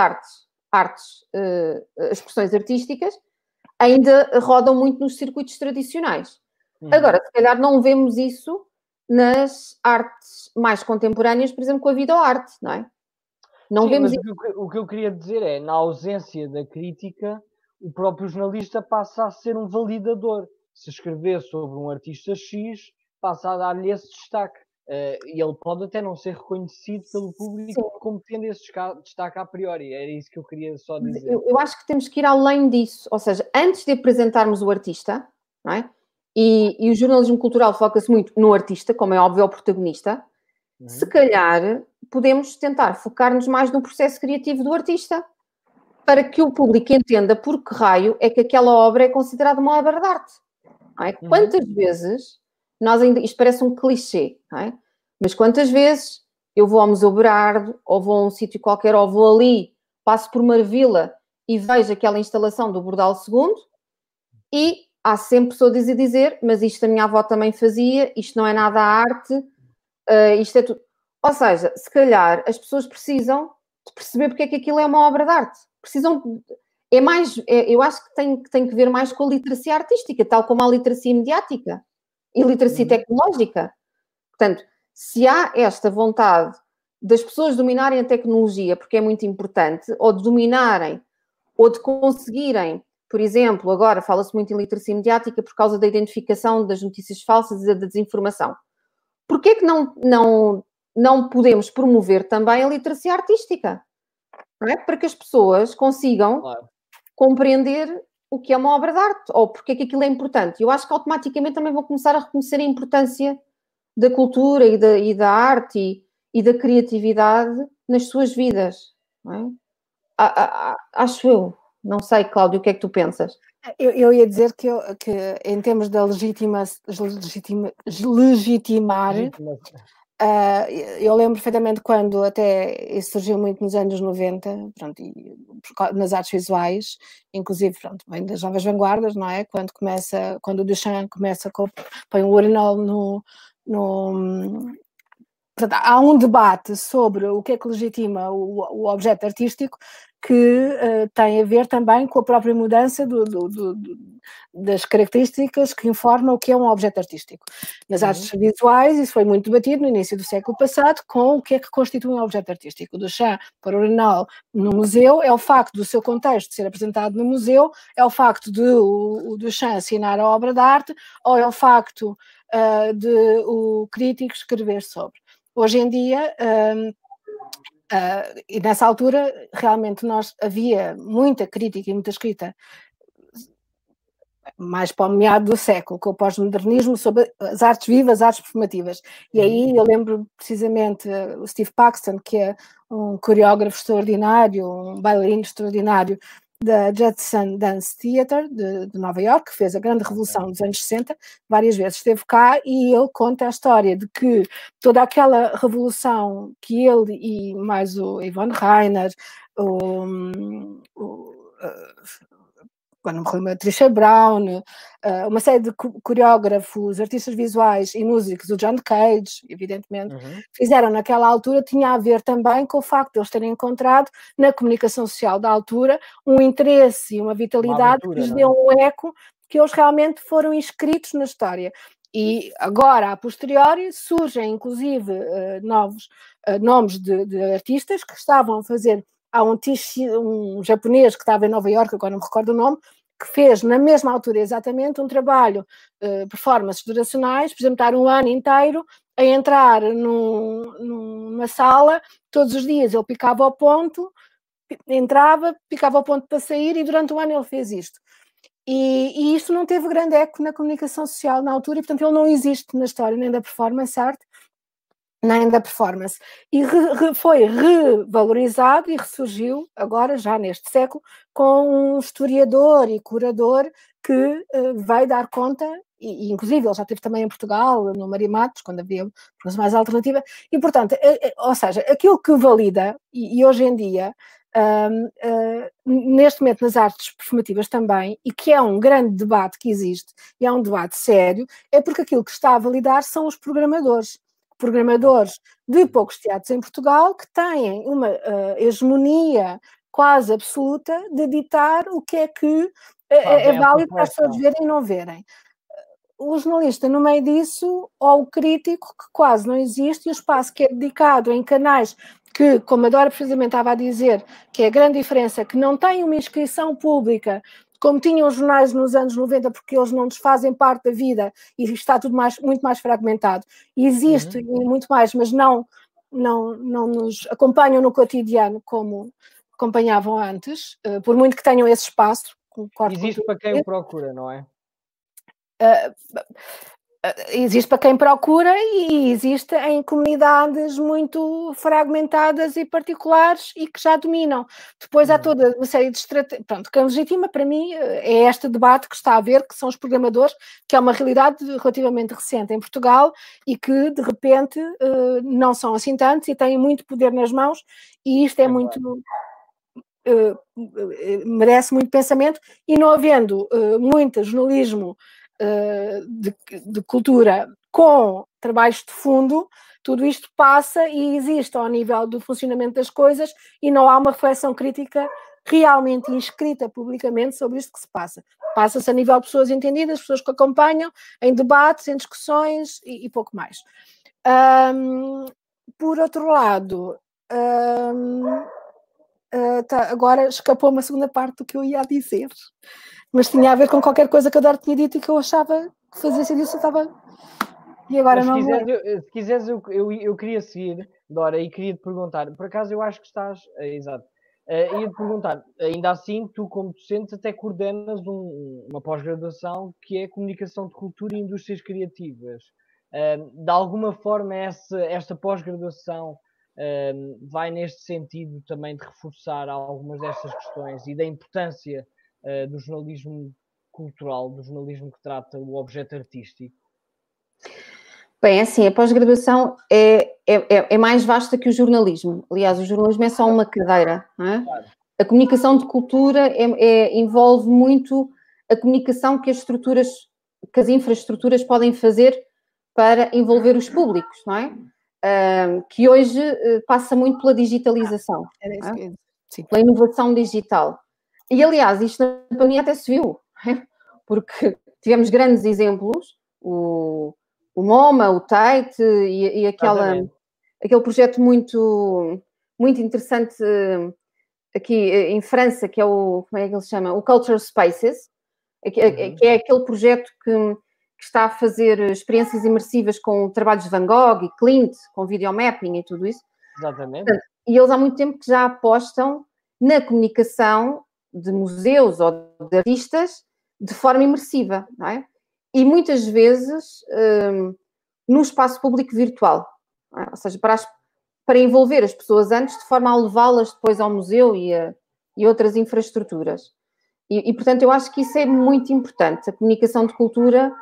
expressões artísticas, ainda rodam muito nos circuitos tradicionais. Agora, se calhar não vemos isso nas artes mais contemporâneas, por exemplo, com a videoarte, não é? Não vemos isso. O que eu queria dizer é, na ausência da crítica, o próprio jornalista passa a ser um validador. Se escrever sobre um artista X, passa a dar-lhe esse destaque. E ele pode até não ser reconhecido pelo público como tendo esse destaque a priori. Era isso que eu queria só dizer. Eu acho que temos que ir além disso. Ou seja, antes de apresentarmos o artista, não é? E o jornalismo cultural foca-se muito no artista, como é óbvio, é o protagonista. Se calhar podemos tentar focar-nos mais no processo criativo do artista, para que o público entenda por que raio é que aquela obra é considerada uma obra de arte. Não é? Quantas vezes nós ainda... Isto parece um clichê, não é? Mas quantas vezes eu vou ao Museu Berardo, ou vou a um sítio qualquer, ou vou ali, passo por uma vila e vejo aquela instalação do Bordal II e há sempre pessoas a dizer, mas isto a minha avó também fazia, isto não é nada arte, isto é tudo... Ou seja, se calhar as pessoas precisam de perceber porque é que aquilo é uma obra de arte. Eu acho que tem que ver mais com a literacia artística, tal como a literacia mediática e literacia tecnológica. Portanto, se há esta vontade das pessoas dominarem a tecnologia, porque é muito importante, ou de dominarem, ou de conseguirem, por exemplo, agora fala-se muito em literacia mediática por causa da identificação das notícias falsas e da desinformação. Porquê é que não podemos promover também a literacia artística? Não é? Para que as pessoas consigam compreender o que é uma obra de arte, ou porque é que aquilo é importante. Eu acho que automaticamente também vão começar a reconhecer a importância da cultura e da arte e da criatividade nas suas vidas. Não é? Acho eu. Não sei, Cláudio, o que é que tu pensas? Eu ia dizer que em termos de legitimar, eu lembro perfeitamente quando até isso surgiu muito nos anos 90, pronto, nas artes visuais, inclusive, pronto, vem das novas vanguardas, não é? Quando o Duchamp põe o urinol portanto, há um debate sobre o que é que legitima o objeto artístico que tem a ver também com a própria mudança das características que informam o que é um objeto artístico. Nas artes visuais, isso foi muito debatido no início do século passado, com o que é que constitui um objeto artístico. O Duchamp, para o urinol no museu, é o facto do seu contexto de ser apresentado no museu, é o facto de o Duchamp assinar a obra de arte, ou é o facto de o crítico escrever sobre. Hoje em dia, e nessa altura, realmente havia muita crítica e muita escrita, mais para o meado do século, com o pós-modernismo, sobre as artes vivas, as artes performativas. E aí eu lembro precisamente o Steve Paxton, que é um coreógrafo extraordinário, um bailarino extraordinário, da Judson Dance Theatre de Nova York, que fez a grande revolução dos anos 60, várias vezes esteve cá, e ele conta a história de que toda aquela revolução que ele e mais o Yvonne Rainer, agora não me lembro, a Trisha Brown, uma série de coreógrafos, artistas visuais e músicos, o John Cage, evidentemente, fizeram naquela altura, tinha a ver também com o facto de eles terem encontrado na comunicação social da altura um interesse e uma vitalidade que lhes deu um eco, que eles realmente foram inscritos na história. E agora, a posteriori, surgem inclusive novos nomes de artistas que estavam a fazer. Há um japonês que estava em Nova Iorque, agora não me recordo o nome, que fez na mesma altura exatamente um trabalho, performances duracionais, por exemplo, estar um ano inteiro a entrar numa sala, todos os dias ele picava ao ponto, entrava, picava ao ponto para sair e durante um ano ele fez isto. E isto não teve grande eco na comunicação social na altura e, portanto, ele não existe na história nem da performance art, nem da performance. E foi revalorizado e ressurgiu agora, já neste século, com um historiador e curador que vai dar conta, e inclusive ele já esteve também em Portugal, no Marimatos, quando havia coisa mais alternativa, e portanto, ou seja, aquilo que valida, e hoje em dia, neste momento nas artes performativas também, e que é um grande debate que existe, e é um debate sério, é porque aquilo que está a validar são os programadores de poucos teatros em Portugal que têm uma hegemonia quase absoluta de ditar o que é que é válido para as pessoas verem e não verem. O jornalista, no meio disso, ou o crítico, que quase não existe, e o espaço que é dedicado em canais que, como a Dora precisamente estava a dizer, que é a grande diferença, que não têm uma inscrição pública, como tinham os jornais nos anos 90, porque eles não nos fazem parte da vida e está tudo muito mais fragmentado. E existe muito mais, mas não nos acompanham no cotidiano como acompanhavam antes, por muito que tenham esse espaço. Existe para quem o procura, não é? Existe para quem procura e existe em comunidades muito fragmentadas e particulares e que já dominam. Depois há toda uma série de estratégias. Pronto, que a legitima para mim é este debate que está a haver, que são os programadores, que é uma realidade relativamente recente em Portugal e que de repente não são assim tantos e têm muito poder nas mãos, e isto é muito... merece muito pensamento, e não havendo muito jornalismo de cultura com trabalhos de fundo, tudo isto passa e existe ao nível do funcionamento das coisas e não há uma reflexão crítica realmente inscrita publicamente sobre isto que se passa. Passa-se a nível de pessoas entendidas, pessoas que acompanham, em debates, em discussões e pouco mais. Por outro lado, agora escapou-me a segunda parte do que eu ia dizer, mas tinha a ver com qualquer coisa que a Dora tinha dito e que eu achava que fazia sentido, se estava... E agora mas não... se quiseres, eu queria seguir, Dora, e queria te perguntar, por acaso eu acho que estás... exato. Ia-te perguntar, ainda assim, tu como docente até coordenas uma pós-graduação que é Comunicação de Cultura e Indústrias Criativas. De alguma forma esta pós-graduação vai neste sentido também de reforçar algumas destas questões e da importância do jornalismo cultural, do jornalismo que trata o objeto artístico? Bem, assim, a pós-graduação é mais vasta que o jornalismo. Aliás, o jornalismo é só uma cadeira, não é? Claro. A comunicação de cultura envolve muito a comunicação que as infraestruturas podem fazer para envolver os públicos, não é? Que hoje passa muito pela digitalização, pela inovação digital. E, aliás, isto na pandemia até se viu, porque tivemos grandes exemplos, o MoMA, o Tate e aquele projeto muito, muito interessante aqui em França, que é como é que ele se chama? O Culture Spaces, que é aquele projeto que está a fazer experiências imersivas com trabalhos de Van Gogh e Klimt, com videomapping e tudo isso. Exatamente. Portanto, e eles há muito tempo que já apostam na comunicação de museus ou de artistas de forma imersiva, não é? E muitas vezes no espaço público virtual, não é? Ou seja, para envolver as pessoas antes de forma a levá-las depois ao museu e outras infraestruturas. E, portanto, eu acho que isso é muito importante. A comunicação de cultura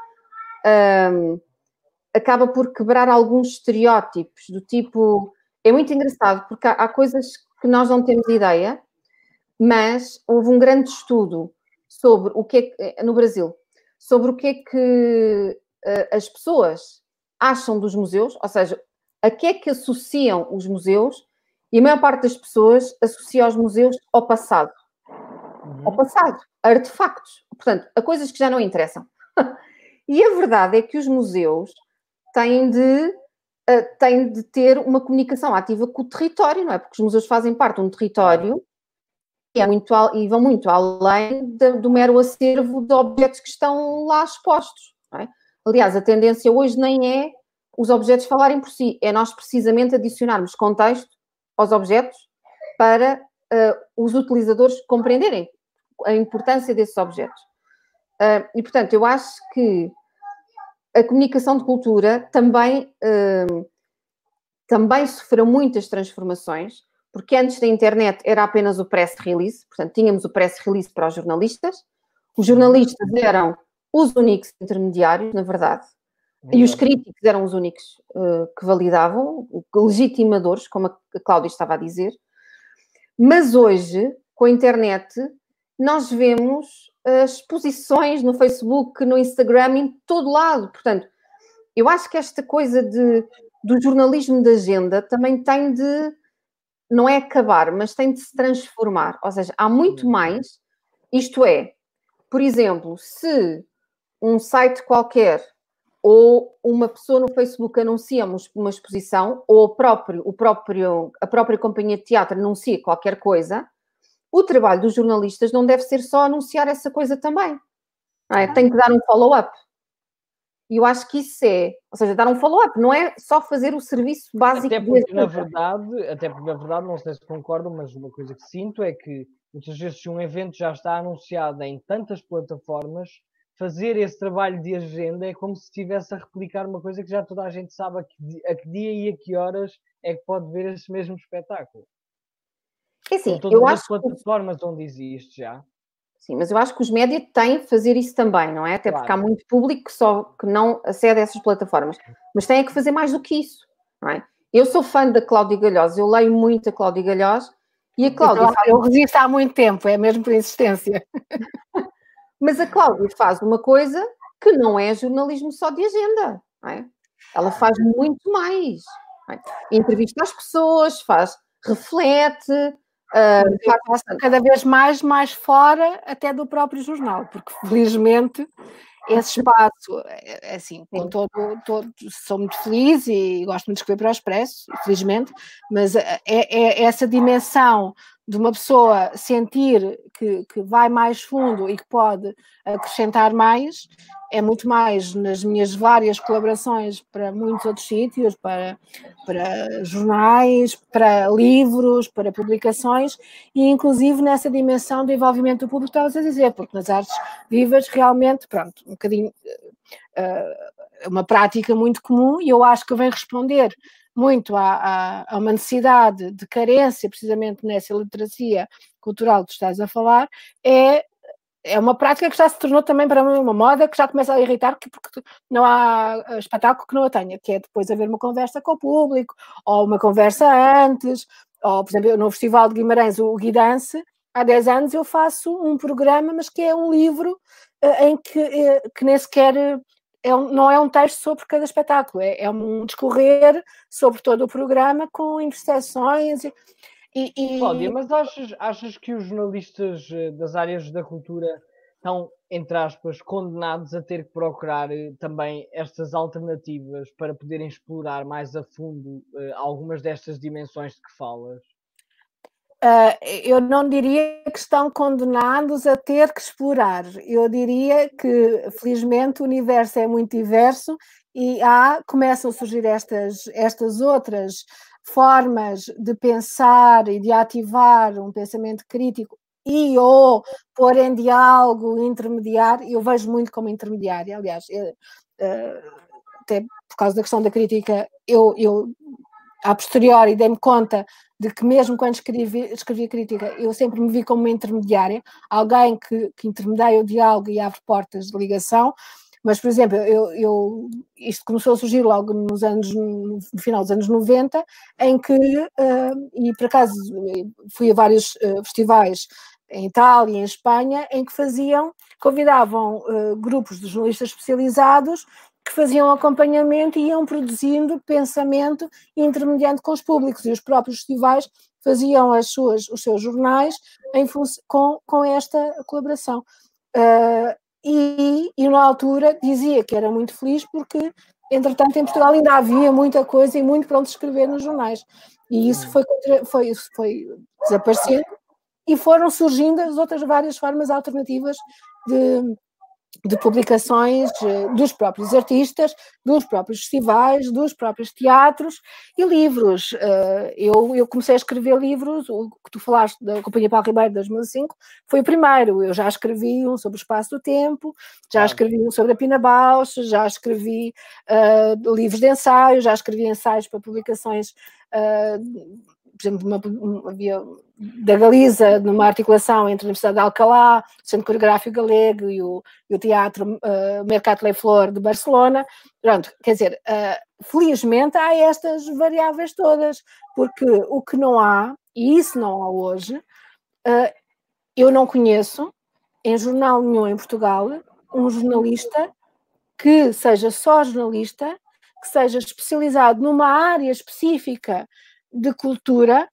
acaba por quebrar alguns estereótipos do tipo... É muito engraçado, porque há coisas que nós não temos ideia, mas houve um grande estudo sobre o que é que, no Brasil, sobre o que é que as pessoas acham dos museus, ou seja, a que é que associam os museus, e a maior parte das pessoas associa os museus ao passado. Ao passado, a artefactos, portanto, a coisas que já não interessam. E a verdade é que os museus têm de ter uma comunicação ativa com o território, não é? Porque os museus fazem parte de um território e vão muito além do mero acervo de objetos que estão lá expostos, não é? Aliás, a tendência hoje nem é os objetos falarem por si, é nós precisamente adicionarmos contexto aos objetos para os utilizadores compreenderem a importância desses objetos. E, portanto, eu acho que a comunicação de cultura também sofreu muitas transformações, porque antes da internet era apenas o press release, portanto, tínhamos o press release para os jornalistas eram os únicos intermediários, na verdade, e os críticos eram os únicos que validavam, legitimadores, como a Cláudia estava a dizer. Mas hoje, com a internet, nós vemos exposições no Facebook, no Instagram, em todo lado. Portanto, eu acho que esta coisa do jornalismo de agenda também tem de, não é acabar, mas tem de se transformar. Ou seja, há muito mais. Isto é, por exemplo, se um site qualquer ou uma pessoa no Facebook anuncia uma exposição, ou a própria companhia de teatro anuncia qualquer coisa, o trabalho dos jornalistas não deve ser só anunciar essa coisa também. Não é? Tem que dar um follow-up. E eu acho que isso ou seja, dar um follow-up, não é só fazer o serviço básico. Até porque, na verdade, não sei se concordam, mas uma coisa que sinto é que muitas vezes se um evento já está anunciado em tantas plataformas, fazer esse trabalho de agenda é como se estivesse a replicar uma coisa que já toda a gente sabe a que dia e a que horas é que pode ver esse mesmo espetáculo. Assim, são todas as plataformas onde existe já. Sim, mas eu acho que os médias têm de fazer isso também, não é? Até porque há muito público que não acede a essas plataformas. Mas têm que fazer mais do que isso, não é? Eu sou fã da Cláudia Galhós, eu leio muito a Cláudia Galhós e a Cláudia... Eu resisto há muito tempo, é mesmo por insistência. Mas a Cláudia faz uma coisa que não é jornalismo só de agenda, não é? Ela faz muito mais. Não é? Entrevista as pessoas, reflete... cada vez mais fora até do próprio jornal, porque felizmente esse espaço, assim, com sou muito feliz e gosto muito de escrever para o Expresso, felizmente, mas é essa dimensão de uma pessoa sentir que vai mais fundo e que pode acrescentar mais, é muito mais nas minhas várias colaborações para muitos outros sítios, para jornais, para livros, para publicações e inclusive nessa dimensão de envolvimento do público, estavas a dizer, porque nas artes vivas realmente, pronto, um bocadinho é uma prática muito comum e eu acho que vem responder muito a uma necessidade de carência, precisamente nessa literacia cultural que tu estás a falar, é uma prática que já se tornou também para mim uma moda que já começa a irritar porque não há espetáculo que não a tenha, que é depois haver uma conversa com o público, ou uma conversa antes, ou, por exemplo, no Festival de Guimarães, o Guidance, há 10 anos eu faço um programa, mas que é um livro em que nem sequer... não é um texto sobre cada espetáculo, é um discorrer sobre todo o programa com interseções Cláudia, mas achas que os jornalistas das áreas da cultura estão, entre aspas, condenados a ter que procurar também estas alternativas para poderem explorar mais a fundo algumas destas dimensões de que falas? Eu não diria que estão condenados a ter que explorar. Eu diria que, felizmente, o universo é muito diverso e começam a surgir estas outras formas de pensar e de ativar um pensamento crítico ou pôr em diálogo intermediário. Eu vejo muito como intermediário, aliás, até por causa da questão da crítica, eu a posteriori dei-me conta de que mesmo quando escrevi crítica, eu sempre me vi como uma intermediária, alguém que intermedia o diálogo e abre portas de ligação, mas, por exemplo, isto começou a surgir logo no final dos anos 90, em que, e por acaso fui a vários festivais em Itália, em Espanha, em que convidavam grupos de jornalistas especializados que faziam acompanhamento e iam produzindo pensamento e intermediando com os públicos, e os próprios festivais faziam os seus jornais com esta colaboração. E na altura dizia que era muito feliz porque, entretanto, em Portugal ainda havia muita coisa e muito para onde escrever nos jornais. E isso foi desaparecendo e foram surgindo as outras várias formas alternativas de publicações dos próprios artistas, dos próprios festivais, dos próprios teatros e livros. Eu comecei a escrever livros, o que tu falaste da Companhia Paulo Ribeiro de 2005 foi o primeiro. Eu já escrevi um sobre o Espaço do Tempo, já escrevi um sobre a Pina Bausch, já escrevi livros de ensaio, já escrevi ensaios para publicações, por exemplo, havia da Galiza, numa articulação entre a Universidade de Alcalá, o Centro Coreográfico Galego e o Teatro Mercat Le Flor de Barcelona. Pronto, quer dizer, felizmente há estas variáveis todas, porque o que não há, e isso não há hoje, eu não conheço em jornal nenhum em Portugal um jornalista que seja só jornalista, que seja especializado numa área específica de cultura,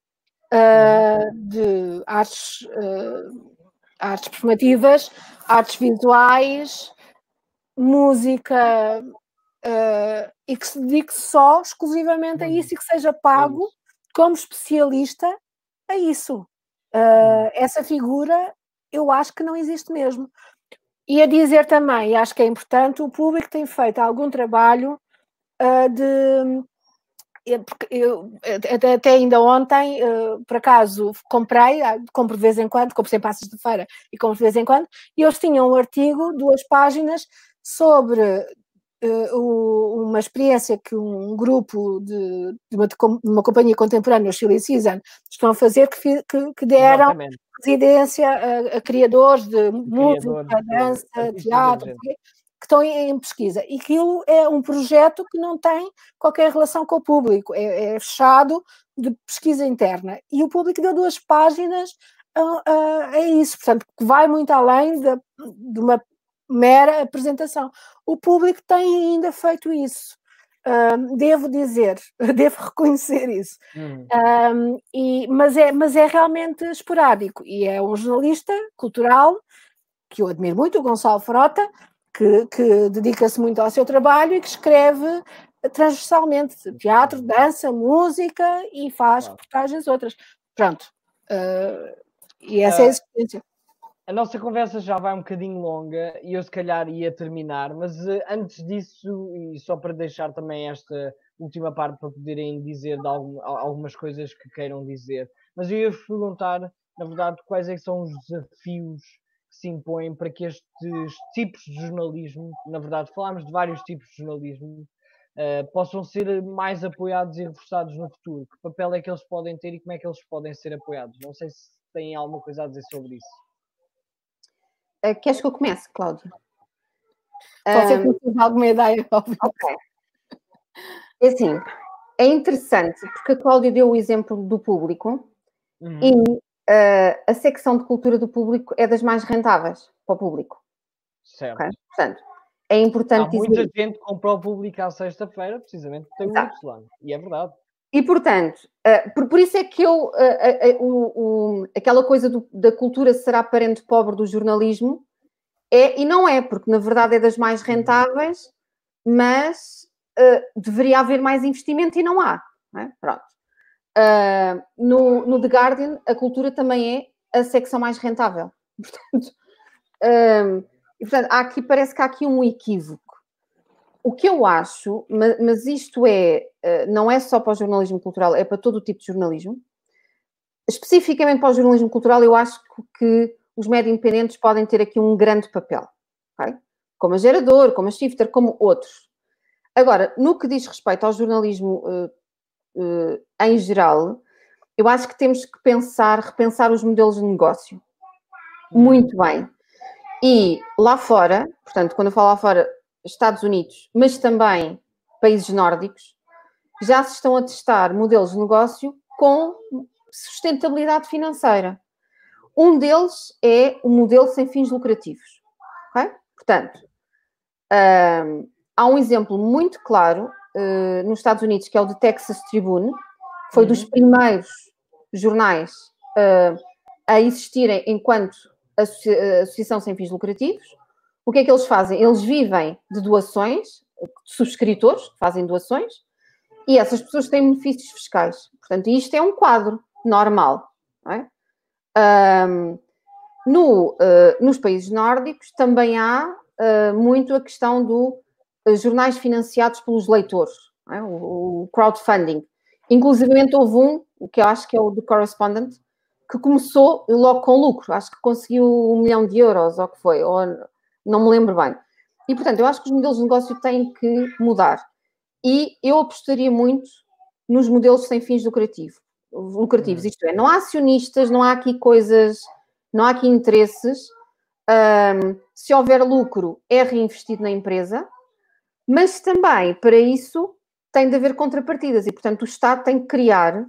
de artes performativas, artes visuais, música, e que se dedique só exclusivamente a isso e que seja pago como especialista a isso. Essa figura eu acho que não existe mesmo. E a dizer também, acho que é importante, o público tem feito algum trabalho porque eu até ainda ontem, por acaso, compro de vez em quando, compro sempre à sexta-feira e compro de vez em quando, e eles tinham um artigo, 2 páginas, sobre uma experiência que um grupo de uma companhia contemporânea, o Chile Season, estão a fazer, que deram Exatamente. Residência a criadores de música, dança, teatro, que estão em pesquisa. E aquilo é um projeto que não tem qualquer relação com o público, é fechado de pesquisa interna. E o público deu 2 páginas a isso, portanto, que vai muito além de uma mera apresentação. O público tem ainda feito isso. Devo reconhecer isso. Mas é realmente esporádico. E é um jornalista cultural que eu admiro muito, o Gonçalo Frota, que dedica-se muito ao seu trabalho e que escreve transversalmente teatro, dança, música e faz reportagens outras. Pronto. E essa é a existência. A nossa conversa já vai um bocadinho longa e eu se calhar ia terminar, mas antes disso, e só para deixar também esta última parte para poderem dizer de algumas coisas que queiram dizer, mas eu ia vos perguntar, na verdade, quais é que são os desafios que se impõem para que estes tipos de jornalismo, na verdade falámos de vários tipos de jornalismo, possam ser mais apoiados e reforçados no futuro. Que papel é que eles podem ter e como é que eles podem ser apoiados? Não sei se têm alguma coisa a dizer sobre isso. Queres que eu comece, Cláudia? Você tem alguma ideia? Ok. É assim, é interessante, porque a Cláudia deu o exemplo do público e a secção de cultura do público é das mais rentáveis para o público. Certo. Okay? Portanto, é importante dizer... Há muita gente que comprou o público à sexta-feira, precisamente, porque tem o Y. E é verdade. E, portanto, por isso é que aquela coisa da cultura será parente pobre do jornalismo, e não é, porque na verdade é das mais rentáveis, mas deveria haver mais investimento e não há. Não é? Pronto. No The Guardian, a cultura também é a secção mais rentável. Portanto, parece que há aqui um equívoco. O que eu acho, mas isto não é só para o jornalismo cultural, é para todo o tipo de jornalismo. Especificamente para o jornalismo cultural, eu acho que os médios independentes podem ter aqui um grande papel. Okay? Como a Gerador, como a Shifter, como outros. Agora, no que diz respeito ao jornalismo em geral, eu acho que temos que repensar os modelos de negócio. Muito bem. E lá fora, portanto, quando eu falo lá fora, Estados Unidos, mas também países nórdicos, já se estão a testar modelos de negócio com sustentabilidade financeira. Um deles é o modelo sem fins lucrativos. Okay? Portanto, há um exemplo muito claro nos Estados Unidos, que é o The Texas Tribune, que foi dos primeiros jornais a existirem enquanto associação sem fins lucrativos. O que é que eles fazem? Eles vivem de doações, de subscritores que fazem doações, e essas pessoas têm benefícios fiscais. Portanto, isto é um quadro normal. Não é? Nos países nórdicos também há muito a questão dos jornais financiados pelos leitores, não é? O crowdfunding. Inclusive houve o que eu acho que é o The Correspondent, que começou logo com lucro. Acho que conseguiu €1 milhão, ou o que foi, ou não me lembro bem. E, portanto, eu acho que os modelos de negócio têm que mudar. E eu apostaria muito nos modelos sem fins lucrativos. Isto é, não há acionistas, não há aqui coisas, não há aqui interesses. Se houver lucro, é reinvestido na empresa, mas também, para isso, tem de haver contrapartidas e, portanto, o Estado tem que criar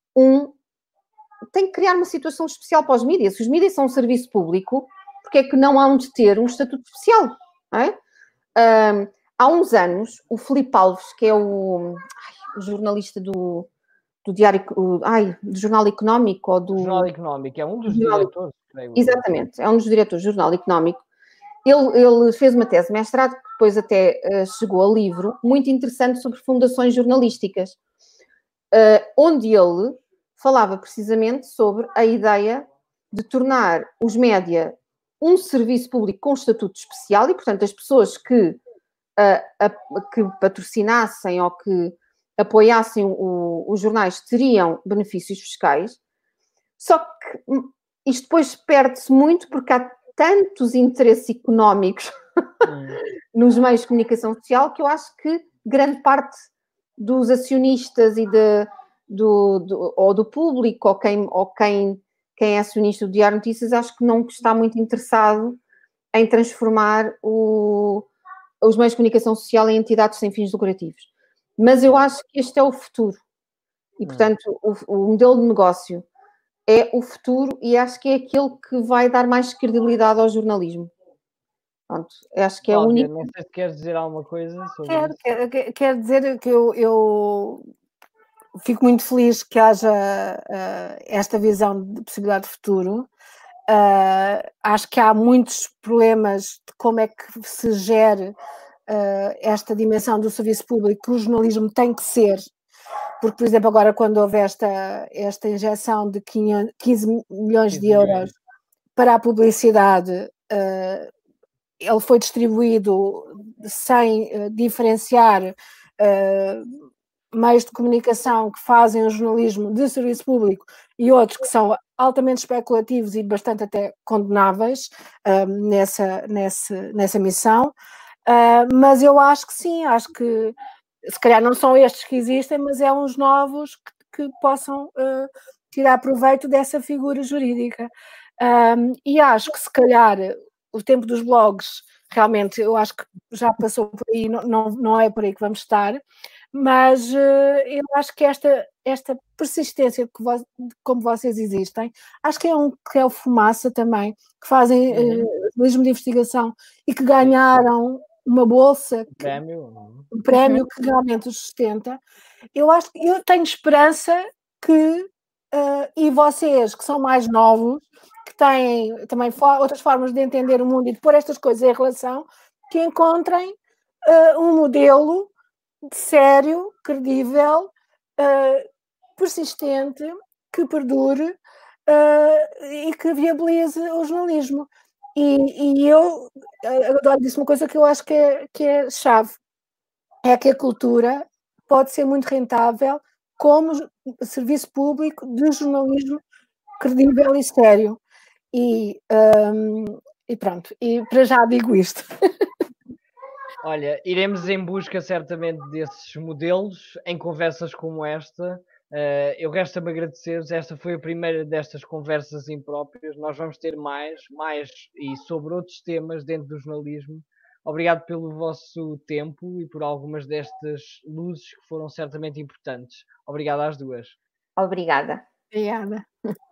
uma situação especial para os mídias. Se os mídias são um serviço público, porque é que não hão de ter um estatuto especial? Não é? Há uns anos, o Filipe Alves, que é o jornalista do Diário, do Jornal Económico, ou do... Jornal Económico, é um dos diretores, creio. Exatamente, é um dos diretores do Jornal Económico. Ele fez uma tese de mestrado, que depois até chegou a livro, muito interessante sobre fundações jornalísticas, onde ele falava precisamente sobre a ideia de tornar os média um serviço público com estatuto especial e, portanto, as pessoas que patrocinassem ou que apoiassem os jornais teriam benefícios fiscais. Só que isto depois perde-se muito porque há tantos interesses económicos nos meios de comunicação social que eu acho que grande parte dos acionistas ou do público ou quem é acionista do Diário Notícias, acho que não está muito interessado em transformar os meios de comunicação social em entidades sem fins lucrativos. Mas eu acho que este é o futuro. E, portanto, o modelo de negócio é o futuro e acho que é aquele que vai dar mais credibilidade ao jornalismo. Pronto, acho que é o único... Não sei se queres dizer alguma coisa sobre isso. Quero dizer que eu fico muito feliz que haja esta visão de possibilidade de futuro. Acho que há muitos problemas de como é que se gere esta dimensão do serviço público que o jornalismo tem que ser, porque, por exemplo, agora quando houve esta injeção de 15 milhões de euros para a publicidade, ele foi distribuído sem diferenciar meios de comunicação que fazem o jornalismo de serviço público e outros que são altamente especulativos e bastante até condenáveis nessa missão. Mas eu acho que sim, acho que se calhar não são estes que existem, mas é uns novos que possam tirar proveito dessa figura jurídica. E acho que se calhar o tempo dos blogs, realmente, eu acho que já passou por aí, não é por aí que vamos estar, mas eu acho que esta persistência como vocês existem, acho que é o Fumaça também, que fazem jornalismo de investigação e que ganharam uma bolsa, um prémio que realmente os sustenta. Eu tenho esperança que, e vocês que são mais novos, que têm também outras formas de entender o mundo e de pôr estas coisas em relação, que encontrem um modelo sério, credível, persistente, que perdure e que viabilize o jornalismo. E eu agora disse uma coisa que eu acho que é chave, é que a cultura pode ser muito rentável como serviço público de jornalismo credível e sério. E pronto, e para já digo isto. Olha, iremos em busca certamente desses modelos em conversas como esta. Eu resta-me agradecer-vos. Esta foi a primeira destas conversas impróprias. Nós vamos ter mais e sobre outros temas dentro do jornalismo. Obrigado pelo vosso tempo e por algumas destas luzes que foram certamente importantes. Obrigado às duas. Obrigada. Obrigada.